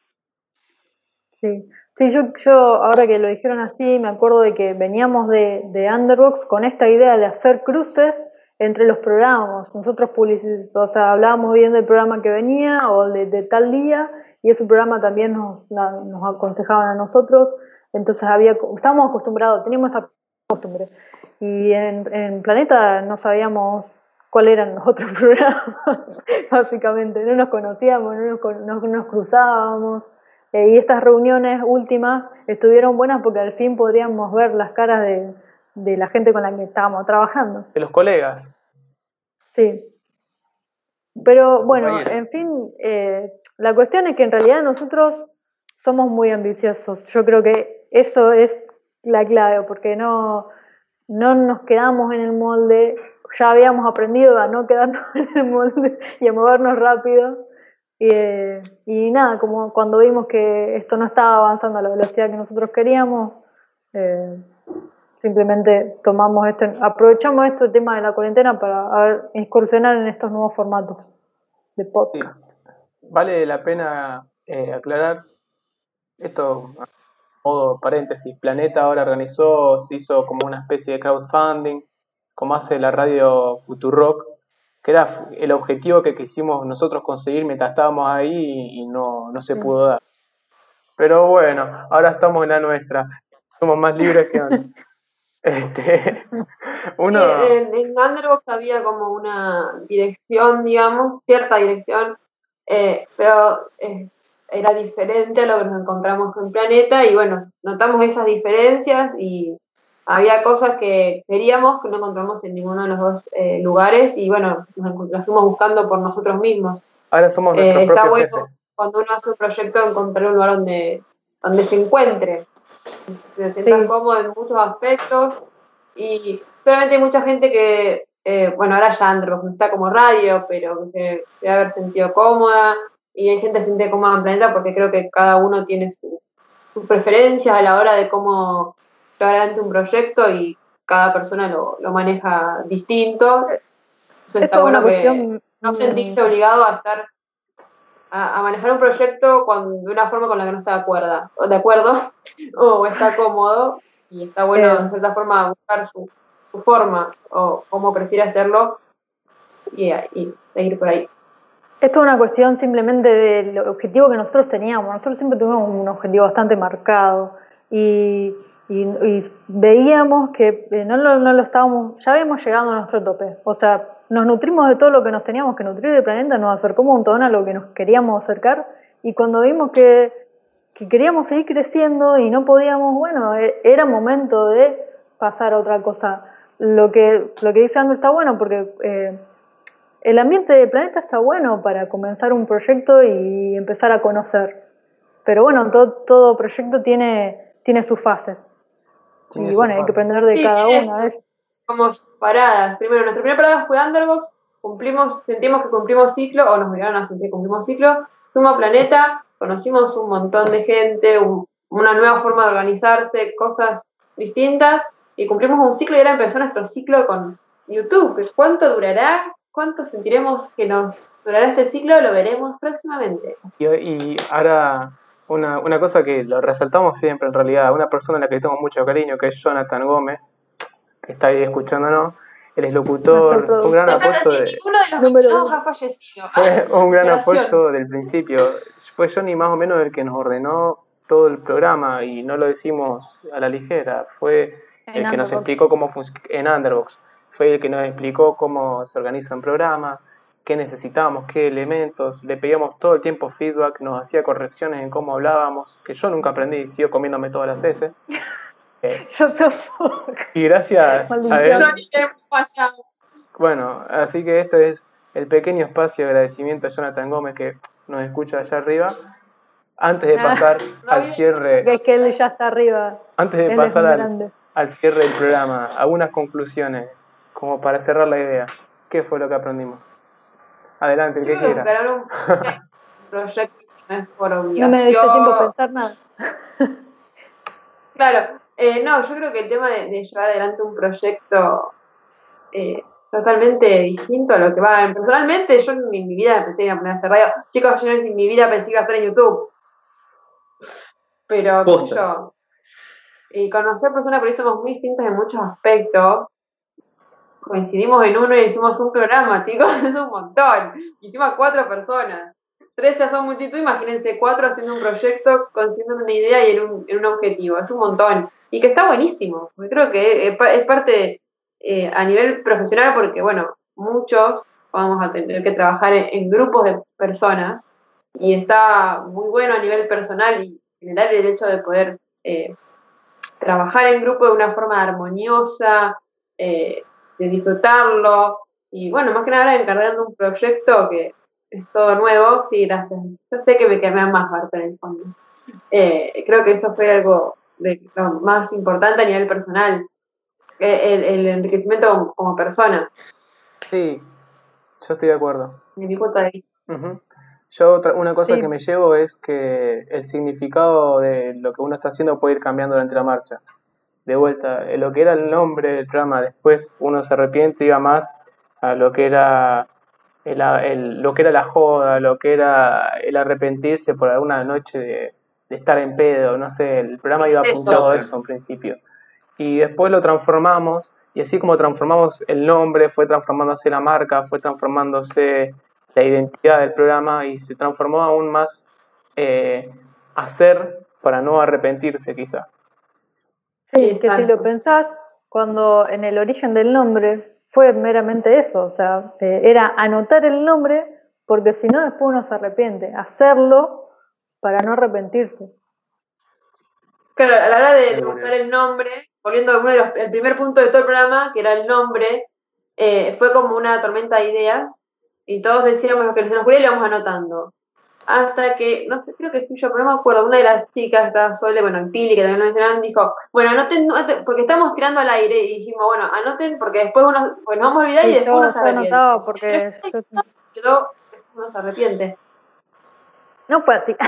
Sí, sí, yo ahora que lo dijeron así, me acuerdo de que veníamos de Underbox con esta idea de hacer cruces entre los programas. Nosotros o sea, hablábamos bien del programa que venía o de tal día, y ese programa también nos aconsejaban a nosotros. Entonces estábamos acostumbrados, teníamos esa costumbre. Y en Planeta no sabíamos cuáles eran los otros programas, básicamente. No nos conocíamos, no nos cruzábamos. Y estas reuniones últimas estuvieron buenas porque al fin podríamos ver las caras de la gente con la que estábamos trabajando.
De los colegas.
Sí. Pero bueno,
Compañero.
en fin, la cuestión es que en realidad nosotros somos muy ambiciosos. Yo creo que eso es la clave, porque no nos quedamos en el molde. Ya habíamos aprendido a no quedarnos en el molde y a movernos rápido. Y nada, como cuando vimos que esto no estaba avanzando a la velocidad que nosotros queríamos, simplemente aprovechamos este tema de la cuarentena para incursionar en estos nuevos formatos de
Sí.
podcast.
Vale la pena aclarar esto, a modo paréntesis. Planeta ahora se hizo como una especie de crowdfunding, como hace la radio Futurock, que era el objetivo que quisimos nosotros conseguir mientras estábamos ahí y no se
Sí.
pudo dar. Pero bueno, ahora estamos en la nuestra, somos más libres que antes. Uno,
Sí, en Underbox había como una dirección, digamos, cierta dirección, pero era diferente a lo que nos encontramos en Planeta y bueno, notamos esas diferencias y había cosas que queríamos que no encontramos en ninguno de los dos lugares y bueno, las fuimos buscando por nosotros mismos.
ahora somos nuestros
Está
propios
bueno
jefes.
cuando uno hace un proyecto encontrar un lugar donde se encuentre, se sientan
Sí.
cómodos en muchos aspectos y solamente hay mucha gente que, bueno, ahora ya Underbox no está como radio, pero que se debe haber sentido cómoda y hay gente que se siente cómoda en Planeta porque creo que cada uno tiene sus preferencias a la hora de cómo llevar adelante un proyecto y cada persona lo maneja distinto. Entonces
Esto
está
es una
bueno que
cuestión.
no sentirse obligado a estar a manejar un proyecto de una forma con la que no está de acuerdo o está cómodo y está bueno de cierta forma buscar su forma o cómo prefiere hacerlo y seguir por ahí.
Esto es una cuestión simplemente del objetivo que nosotros teníamos. Nosotros siempre tuvimos un objetivo bastante marcado y veíamos que no lo estábamos, ya habíamos llegado a nuestro tope. O sea, nos nutrimos de todo lo que nos teníamos que nutrir del planeta, nos acercamos un montón a lo que nos queríamos acercar y cuando vimos que queríamos seguir creciendo y no podíamos, bueno, era momento de pasar a otra cosa. Lo que dice Andrew está bueno porque el ambiente del planeta está bueno para comenzar un proyecto y empezar a conocer. Pero bueno, todo proyecto tiene sus fases.
Tiene
Y
su
bueno, hay que
fase.
aprender de
Sí,
cada
tiene
una de ellas.
como paradas. Primero, nuestra primera parada fue Underbox, sentimos que cumplimos ciclo, o nos miraron a sentir que cumplimos ciclo, fuimos a Planeta, conocimos un montón de gente, una nueva forma de organizarse, cosas distintas, y cumplimos un ciclo y ahora empezó nuestro ciclo con YouTube. ¿Cuánto durará? ¿Cuánto sentiremos que nos durará este ciclo? Lo veremos próximamente.
Y ahora, una cosa que lo resaltamos siempre en realidad, una persona a la que tengo mucho cariño, que es Jonathan Gómez, que está ahí escuchándonos, él es locutor,
Nuestro
fue un gran
Claro,
apoyo
sí, ninguno de los
Número
mencionados
uno.
ha fallecido.
fue un gran
Aclaración.
apoyo del principio. Fue Johnny más o menos el que nos ordenó todo el programa y no lo decimos a la ligera, fue
En
el que nos
Underbox.
explicó cómo en Underbox, fue el que nos explicó cómo se organiza un programa, qué necesitábamos, qué elementos, le pedíamos todo el tiempo feedback, nos hacía correcciones en cómo hablábamos, que yo nunca aprendí, sigo comiéndome todas las heces.
Yo
Y gracias a él,
Yo ni he fallado.
bueno, así que este es el pequeño espacio de agradecimiento a Jonathan Gómez que nos escucha allá arriba. Antes de pasar al cierre,
que es que él ya está arriba.
antes de
Él
pasar
es muy
al,
grande.
al cierre del programa, algunas conclusiones, como para cerrar la idea. ¿Qué fue lo que aprendimos? Adelante, el
Yo
que
creo que
quiera.
encarar un proyecto no es por
No
obligación.
me diste tiempo a pensar nada.
Claro, no, yo creo que el tema de llevar adelante un proyecto, totalmente distinto a lo que va. Personalmente, yo en mi vida pensé que iba a poner a hacer radio. Chicos, yo en mi vida pensé que iba a estar en YouTube. Pero, qué sé
Posta.
yo. Y conocer personas por ahí somos muy distintas en muchos aspectos. Coincidimos en uno y hicimos un programa, chicos, es un montón. Hicimos a 4 personas. 3 ya son multitud, imagínense 4 haciendo un proyecto, consiguiendo una idea y en un objetivo. Es un montón. Y que está buenísimo. Porque creo que es parte a nivel profesional, porque, bueno, muchos vamos a tener que trabajar en grupos de personas. Y está muy bueno a nivel personal y generar el hecho de poder trabajar en grupo de una forma armoniosa, de disfrutarlo. Y bueno, más que nada ahora encargando un proyecto que es todo nuevo. Sí, gracias. Yo sé que me quemé más, Barto, en el fondo. Creo que eso fue algo de lo más importante a nivel personal, el enriquecimiento como persona,
Sí, yo estoy de acuerdo.
de mi punto de vista.
Ujú. Una cosa
Sí.
que me llevo es que el significado de lo que uno está haciendo puede ir cambiando durante la marcha. De vuelta, lo que era el nombre del programa, después uno se arrepiente y va más a lo que era lo que era la joda, lo que era el arrepentirse por alguna noche de estar en pedo, no sé, el programa iba
Excesos.
apuntado a eso en principio. Y después lo transformamos, y así como transformamos el nombre, fue transformándose la marca, fue transformándose la identidad del programa y se transformó aún más hacer para no arrepentirse quizá.
Sí, que si
Exacto.
lo pensás, cuando en el origen del nombre fue meramente eso, o sea, era anotar el nombre, porque si no después uno se arrepiente, hacerlo para no arrepentirse.
Claro, a la hora de
Muy bueno.
buscar el nombre, volviendo a el primer punto de todo el programa, que era el nombre, fue como una tormenta de ideas y todos decíamos lo que se nos ocurría y lo íbamos anotando. Hasta que, no sé, creo que fui yo, pero no me acuerdo, una de las chicas, estaba Sole, bueno, Pili, que también lo mencionaron, dijo, bueno, anoten, porque estamos tirando al aire y dijimos, bueno, anoten porque después pues nos vamos a olvidar y
Sí,
después uno se
yo
arrepiente.
anotaba porque
Quedó, uno se arrepiente.
no fue así.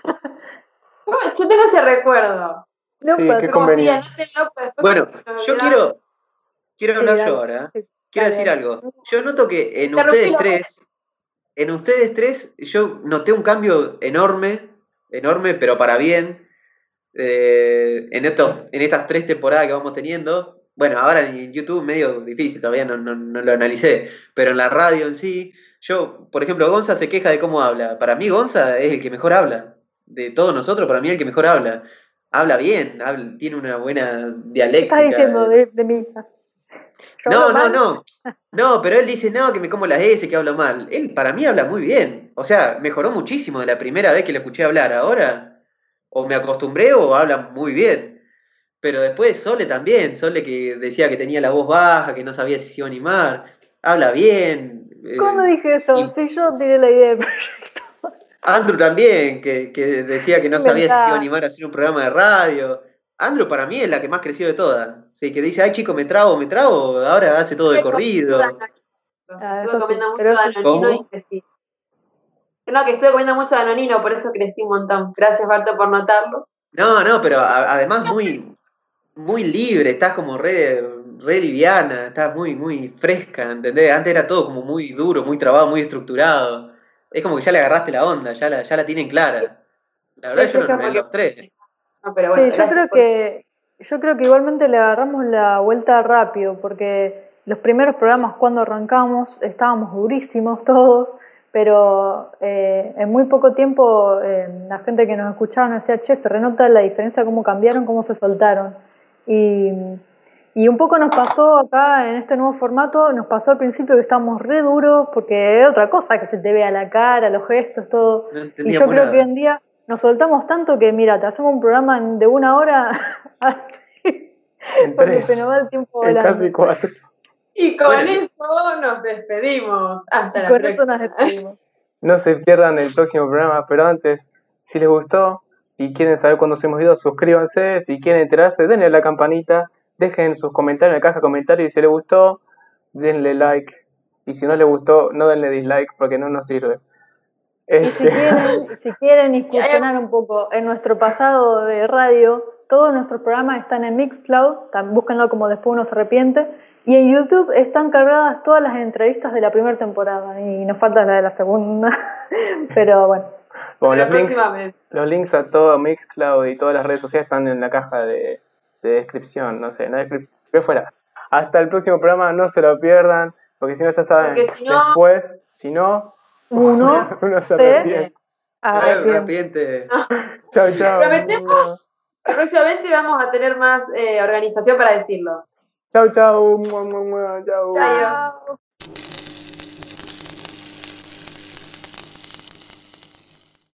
Bueno, yo tengo ese recuerdo.
No
Sí,
fue
qué
así.
Como si
conveniente.
anótenlo, porque después
Bueno,
nos
yo
olvidamos.
quiero
Sí,
hablar
dale.
yo ahora.
Sí,
Quiero
dale,
decir
dale.
algo. Yo noto que
Interrumpilo.
en ustedes tres, yo noté un cambio enorme, pero para bien, en estas 3 temporadas que vamos teniendo. Bueno, ahora en YouTube medio difícil, todavía no lo analicé, pero en la radio en sí, yo, por ejemplo, Gonza se queja de cómo habla. Para mí Gonza es el que mejor habla. De todos nosotros, para mí es el que mejor habla. Habla bien, tiene una buena
¿Qué estás
dialéctica.
diciendo de mí? ¿Yo hablo mal?
No, pero él dice, no, que me como las S, que hablo mal. Él para mí habla muy bien. O sea, mejoró muchísimo de la primera vez que lo escuché hablar. Ahora, o me acostumbré o habla muy bien. Pero después Sole también, Sole que decía que tenía la voz baja, que no sabía si se iba a animar. Habla bien.
¿Cómo dije eso?
Y
Si yo tiré la idea del proyecto.
Andrew también, que decía que no sabía si se iba a
Inventá.
animar a hacer un programa de radio. Andrew para mí es la que más creció de todas. Sí, que dice, ay chico, me trabo, ahora hace todo de corrido.
Ah,
Estuve
eso sí,
comiendo mucho
pero eso sí.
danonino y
¿Cómo?
crecí. No, que estuve comiendo mucho danonino, por eso crecí un montón. Gracias, Barto, por notarlo.
No, pero además muy libre, estás como re liviana, estás muy fresca, ¿entendés? Antes era todo como muy duro, muy trabado, muy estructurado. Es como que ya le agarraste la onda, ya la tienen clara. La verdad yo
Fresca
en
porque...
los 3.
No, pero bueno,
Sí,
gracias por...
yo creo que igualmente le agarramos la vuelta rápido, porque los primeros programas cuando arrancamos estábamos durísimos todos, pero en muy poco tiempo la gente que nos escuchaba nos decía, che, se renota la diferencia, cómo cambiaron, cómo se soltaron. Y, y un poco nos pasó acá en este nuevo formato, nos pasó al principio que estábamos re duros, porque es otra cosa que se te vea la cara, los gestos, todo.
No
Y yo
entendíamos
creo que hoy
nada.
en día nos soltamos tanto que, mira, te hacemos un programa de 1 hora así,
En
porque
3,
se nos va el tiempo
en casi
volando.
4.
Y con
Bueno,
eso nos despedimos. Hasta
Y
la
con eso
próxima.
nos despedimos.
No se pierdan el próximo programa, pero antes, si les gustó y quieren saber cuándo hacemos videos, suscríbanse. Si quieren enterarse, denle a la campanita, dejen sus comentarios en la caja de comentarios. Y si les gustó, denle like. Y si no les gustó, no denle dislike porque no nos sirve.
Y si quieren incursionar un poco en nuestro pasado de radio, todos nuestros programas están en Mixcloud, búsquenlo como Después Uno Se Arrepiente, Y en YouTube están cargadas todas las entrevistas de la primera temporada y nos falta la de la segunda. Pero bueno.
Bueno,
Pero próximamente.
los links a todo Mixcloud y todas las redes sociales están en la caja de descripción, no sé, en la descripción, que fuera. Hasta el próximo programa, no se lo pierdan, porque si no ya saben,
Porque si no-
después, si no,
Uno
uno se
se
arrepiente.
Arrepiente.
Chau, chau.
Prometemos que próximamente vamos a tener más organización para decirlo.
Chau, chau. Chau.
Adiós.